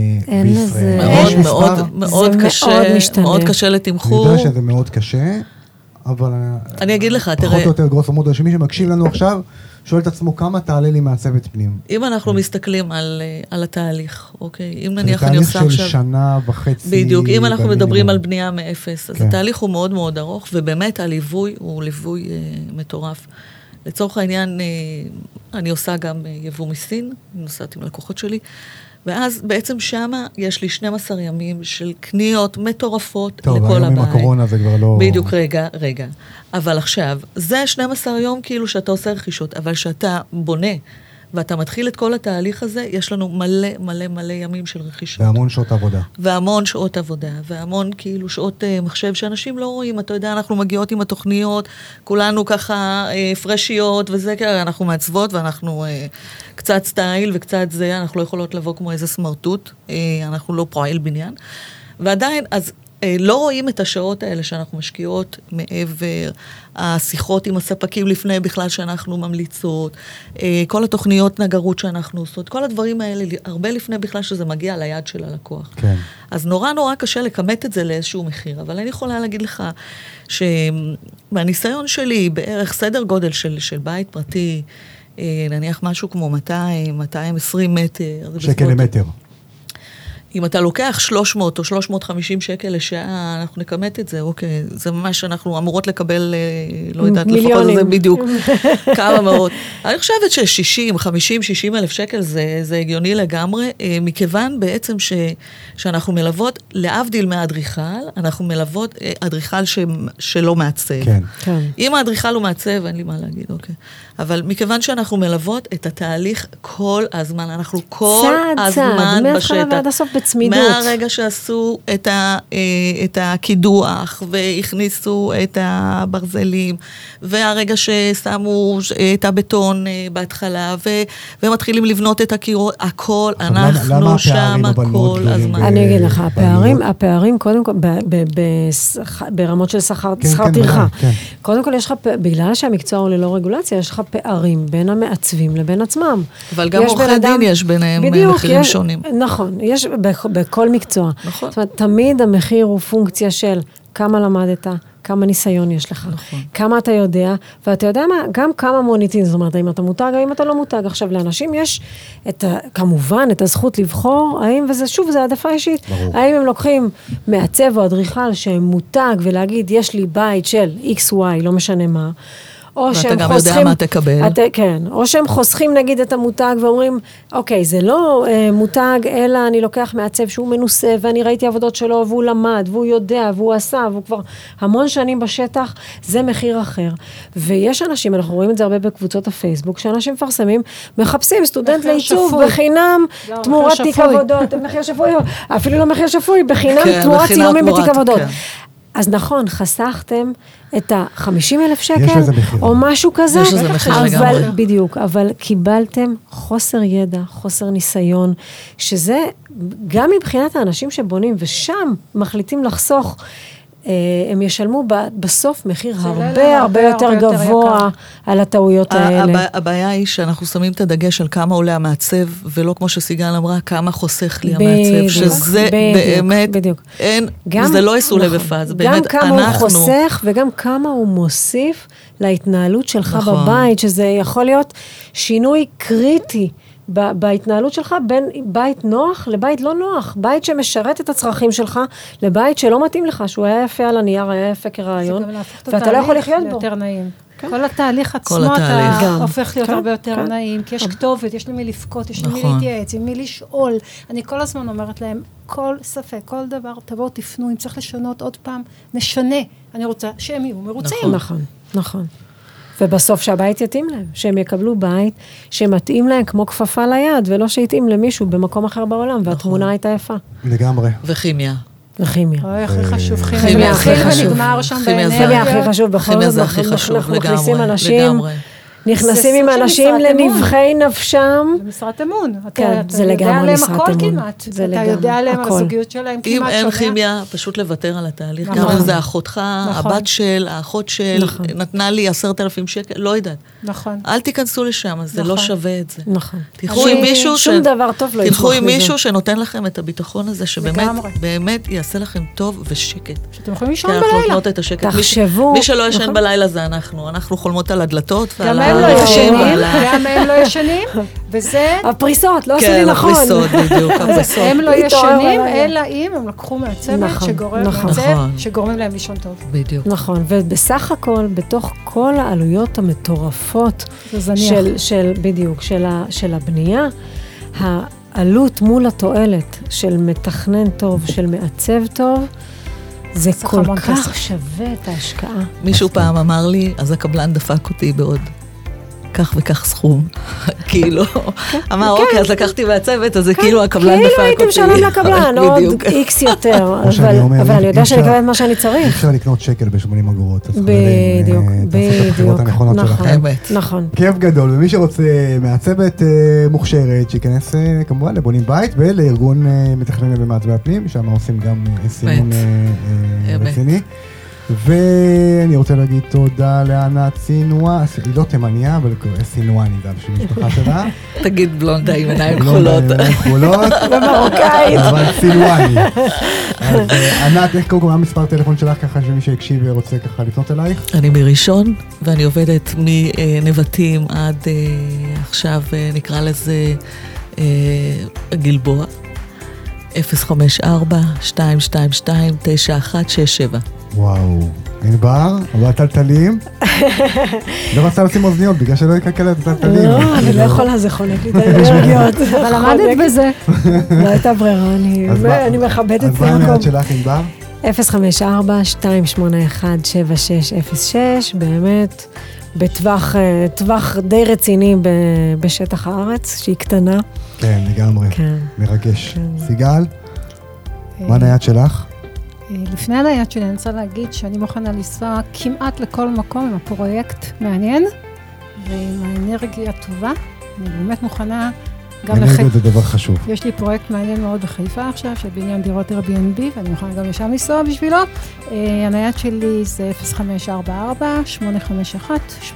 בישראל?
מאוד קשה לתמחור.
אני יודע שזה מאוד קשה, אבל...
אני אגיד לך, תראה...
פחות או יותר גרוס המודל, שמי שמקשיב לנו עכשיו, שואל את עצמו כמה תעלה לי מעצבת פנים.
אם אנחנו מסתכלים על התהליך, אוקיי? אם נניח אני
עושה עכשיו... של שנה וחצי...
בדיוק, אם אנחנו מדברים על בנייה מאפס, אז התהליך הוא מאוד מאוד ארוך, ובאמת הליווי הוא ליווי מטורף. לצורך העניין, אני עושה גם יבוא מסין, אני נוסעת עם לקוחות שלי, ואז בעצם שמה יש לי 12 ימים של קניות מטורפות לכל הבית.
טוב, היום עם הקורונה זה כבר לא...
בדיוק, רגע. אבל עכשיו, זה 12 יום כאילו שאתה עושה רכישות, אבל שאתה בונה, ואתה מתחיל את כל התהליך הזה, יש לנו מלא ימים של רכישות.
והמון שעות עבודה.
והמון כאילו שעות מחשב שאנשים לא רואים, אתה יודע, אנחנו מגיעות עם התוכניות, כולנו ככה פרשיות וזה, אנחנו מעצבות ואנחנו קצת סטייל וקצת זה, אנחנו לא יכולות לבוא כמו איזה סמרטוט, אנחנו לא פועל בניין. ועדיין, אז לא רואים את השעות האלה שאנחנו משקיעות מעבר, השיחות עם הספקים לפני בכלל שאנחנו ממליצות, כל התוכניות נגרות שאנחנו עושות, כל הדברים האלה, הרבה לפני בכלל שזה מגיע ליד של הלקוח.
כן.
אז נורא קשה לקמת את זה לאיזשהו מחיר, אבל אני יכולה להגיד לך שמהניסיון שלי, בערך סדר גודל של בית פרטי, נניח משהו כמו 200-220 מטר.
שקל למטר.
אם אתה לוקח 300 או 350 שקל לשעה, אנחנו נקמת את זה, אוקיי, זה ממש אנחנו אמורות לקבל, לא יודעת, לפחות זה בדיוק, כמה מאות. אני חושבת ש-50, 60 אלף שקל זה הגיוני לגמרי, מכיוון בעצם שאנחנו מלוות, להבדיל מהאדריכל, אנחנו מלוות אדריכל שלא מעצב.
כן.
אם האדריכל הוא מעצב, אין לי מה להגיד, אוקיי. אבל מכיוון שאנחנו מלוות את התהליך כל הזמן, אנחנו כל הזמן בשטח.
ועד הסוף בצמידות.
מהרגע שעשו את הקידוח, והכניסו את הברזלים, והרגע ששמו את הבטון בהתחלה, ומתחילים לבנות את הקירות, הכל, אנחנו שם כל הזמן.
אני אגיד לך, הפערים קודם כל, ברמות של שכר טרחה. קודם כל יש לך, בגלל שהמקצוע הוא ללא רגולציה, יש לך פערים בין המעצבים לבין עצמם.
אבל גם עורכי דין יש ביניהם מחירים שונים.
נכון, יש בכל מקצוע.
נכון.
זאת אומרת, תמיד המחיר הוא פונקציה של כמה למדת, כמה ניסיון יש לך, נכון. כמה אתה יודע, ואתה יודע מה, גם כמה מוניטין, זאת אומרת, האם אתה מותג, האם אתה לא מותג. עכשיו, לאנשים יש כמובן את הזכות לבחור, האם, וזה שוב, זה העדפה אישית, האם הם לוקחים מעצב או אדריכל שהם מותג, ולהגיד, יש לי בית של XY, לא משנה מה,
ואתה גם יודע מה תקבל.
כן, או שהם חוסכים נגיד את המותג ואומרים, אוקיי, זה לא מותג, אלא אני לוקח מעצב שהוא מנוסה, ואני ראיתי עבודות שלו, והוא למד, והוא יודע, והוא עשה, והוא כבר המון שנים בשטח, זה מחיר אחר. ויש אנשים, אנחנו רואים את זה הרבה בקבוצות הפייסבוק, שאנשים מפרסמים, מחפשים סטודנט לעיצוב בחינם, תמורת תיק עבודות, מחיר שפוי, אפילו לא מחיר שפוי, בחינם תמורת צילומים בתיק עבודות. אז נכון, חסכתם את ה-50,000 שקל, או משהו כזה, אבל בדיוק, אבל קיבלתם חוסר ידע, חוסר ניסיון, שזה גם מבחינת האנשים שבונים, ושם מחליטים לחסוך הם ישלמו בסוף מחיר הרבה יותר גבוה על הטעויות האלה.
הבעיה היא שאנחנו שמים את הדגש על כמה עולה המעצב, ולא כמו שסיגל אמרה, כמה חוסך לי המעצב, שזה באמת, זה לא יסעו לבפה, זה באמת אנחנו.
גם כמה הוא חוסך, וגם כמה הוא מוסיף להתנהלות שלך בבית, שזה יכול להיות שינוי קריטי, בהתנהלות שלך, בין בית נוח לבית לא נוח, בית שמשרת את הצרכים שלך, לבית שלא מתאים לך, שהוא היה יפה על הנייר, היה יפה כרעיון, ואתה לא יכול לחיות בו.
יותר נעים. כל התהליך עצמו אתה הופך להיות הרבה יותר נעים, כי יש כתובת, יש לי מי לפקות, יש לי מי להתייעץ, עם מי לשאול. אני כל הזמן אומרת להם, כל ספק, כל דבר, תבואו תפנו, אם צריך לשנות עוד פעם, נשנה. אני רוצה שהם יהיו מרוצים.
נכון. ובסוף שהבית יתאים להם, שהם יקבלו בית שמתאים להם כמו כפפה ליד, ולא שיתאים למישהו במקום אחר בעולם, והתמונה הייתה יפה.
לגמרי.
וכימיה.
אוי, הכי חשוב, כימיה ונגמר שם באנרגיה.
כימיה הכי חשוב, בכל זאת, אנחנו מכניסים אנשים, נכנסים עם אנשים לנבחי נפשם.
זה משרת אמון.
כן, זה לגמרי משרת אמון.
אתה יודע עליהם הכל כמעט. אתה יודע עליהם על הזוגיות שלהם כמעט שונה.
אם אין כימיה, פשוט לוותר על התהליך. גם אם זה אחותך, הבת של, האחות של, נתנה לי 10,000 שקל, לא יודעת.
נכון.
אל תיכנסו לשם, זה לא שווה את זה.
נכון.
תלכו עם מישהו שנותן לכם את הביטחון הזה, שבאמת יעשה לכם טוב ושקט.
שאתם יכולים לישון בלילה.
תחשבו.
מי שלא ישן בלילה זה אנחנו חולמות על הדלתות ועל
גם הם לא ישנים, וזה...
הפריסות, לא עשו לי נכון.
הפריסות, בדיוק, הפריסות.
הם לא ישנים, אלא אם הם לקחו מהצוות שגורמים להם לישון טוב.
בדיוק.
נכון, ובסך הכל, בתוך כל העלויות המטורפות של הבנייה, העלות מול התועלת של מתכנן טוב, של מעצב טוב, זה כל כך שווה את ההשקעה.
מישהו פעם אמר לי, אז הקבלן דפק אותי בעוד כך וכך סכום. כאילו, אמר, אוקיי, אז לקחתי מהצוות, אז זה כאילו הקבלן דפק אותי.
כאילו הייתם שלם לקבלן, עוד איקס יותר. אבל אני יודע שאני אקבל את מה שאני צריך.
אפשר לקנות שקל ב-80 אגורות.
בדיוק. נכון.
כיף גדול, ומי שרוצה מעצבת מוכשרת, שיכנס כמובן לבונים בית, ולארגון מתכננים במעצבי הפנים, שם עושים גם סינון רציני. ואני רוצה להגיד תודה לענת סינואן, היא לא תימניה, אבל סינואן היא גם של משפחה שלה.
תגיד בלונדה עם עיניים כחולות.
במרוקאית.
אבל סינואן היא. אז ענת, איך קודם כל, מה מספר טלפון שלך ככה שמי שיקשיב ורוצה ככה לפנות אלייך?
אני מראשון, ואני עובדת מנבטים עד עכשיו נקרא לזה גלבוע. 054-222-9167.
וואו, ענבר, אבל טלטלים. לא רצה לשים אוזניות, בגלל שלא יקלקל את הטלטלים.
לא, אני לא יכולה, זה חונק לי את האנרגיות.
אבל למדת בזה.
לא הייתה ברירה, אני מכבדת את זה.
אז מה המעט שלך, ענבר?
054-281-7606, באמת, בטווח די רציני בשטח הארץ, שהיא קטנה.
כן, לגמרי. מרגש. סיגל, מה הנייד שלך?
לפני הנייד שלי אני רוצה להגיד שאני מוכנה לנסוע כמעט לכל מקום עם הפרויקט מעניין ועם האנרגיה טובה. אני באמת מוכנה גם
אנרגיה זה דבר חשוב.
יש לי פרויקט מעניין מאוד בחיפה עכשיו של בניין דירות Airbnb ואני מוכנה גם לשם לנסוע בשבילו. הנייד שלי זה 0544-851-881.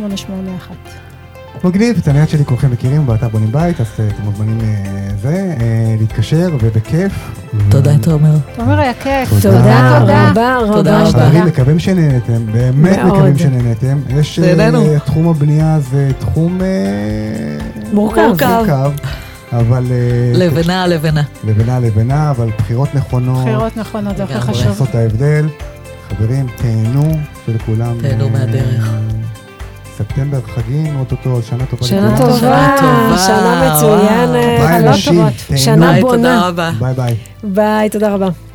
מגניב, את הנייד שלי כולכם מכירים, באתר בונים בית, אז אתם מוזמנים להתקשר ובכיף.
תודה, תומר.
תומר היה כיף.
תודה רבה.
חברים, מקווים שנהנתם, באמת מקווים שנהנתם. יש תחום הבנייה, זה תחום
מורכב.
אבל... לבנה, אבל בחירות נכונות.
זה הכי חשוב.
לעשות את ההבדל. חברים, תהנו שלכולם.
תהנו מהדרך.
ספטמבר, חגים, אוטוטו, שנה טובה.
שנה טובה, שנה מצוינת.
ביי, אנשים.
שנה בונה.
ביי.
ביי, תודה רבה.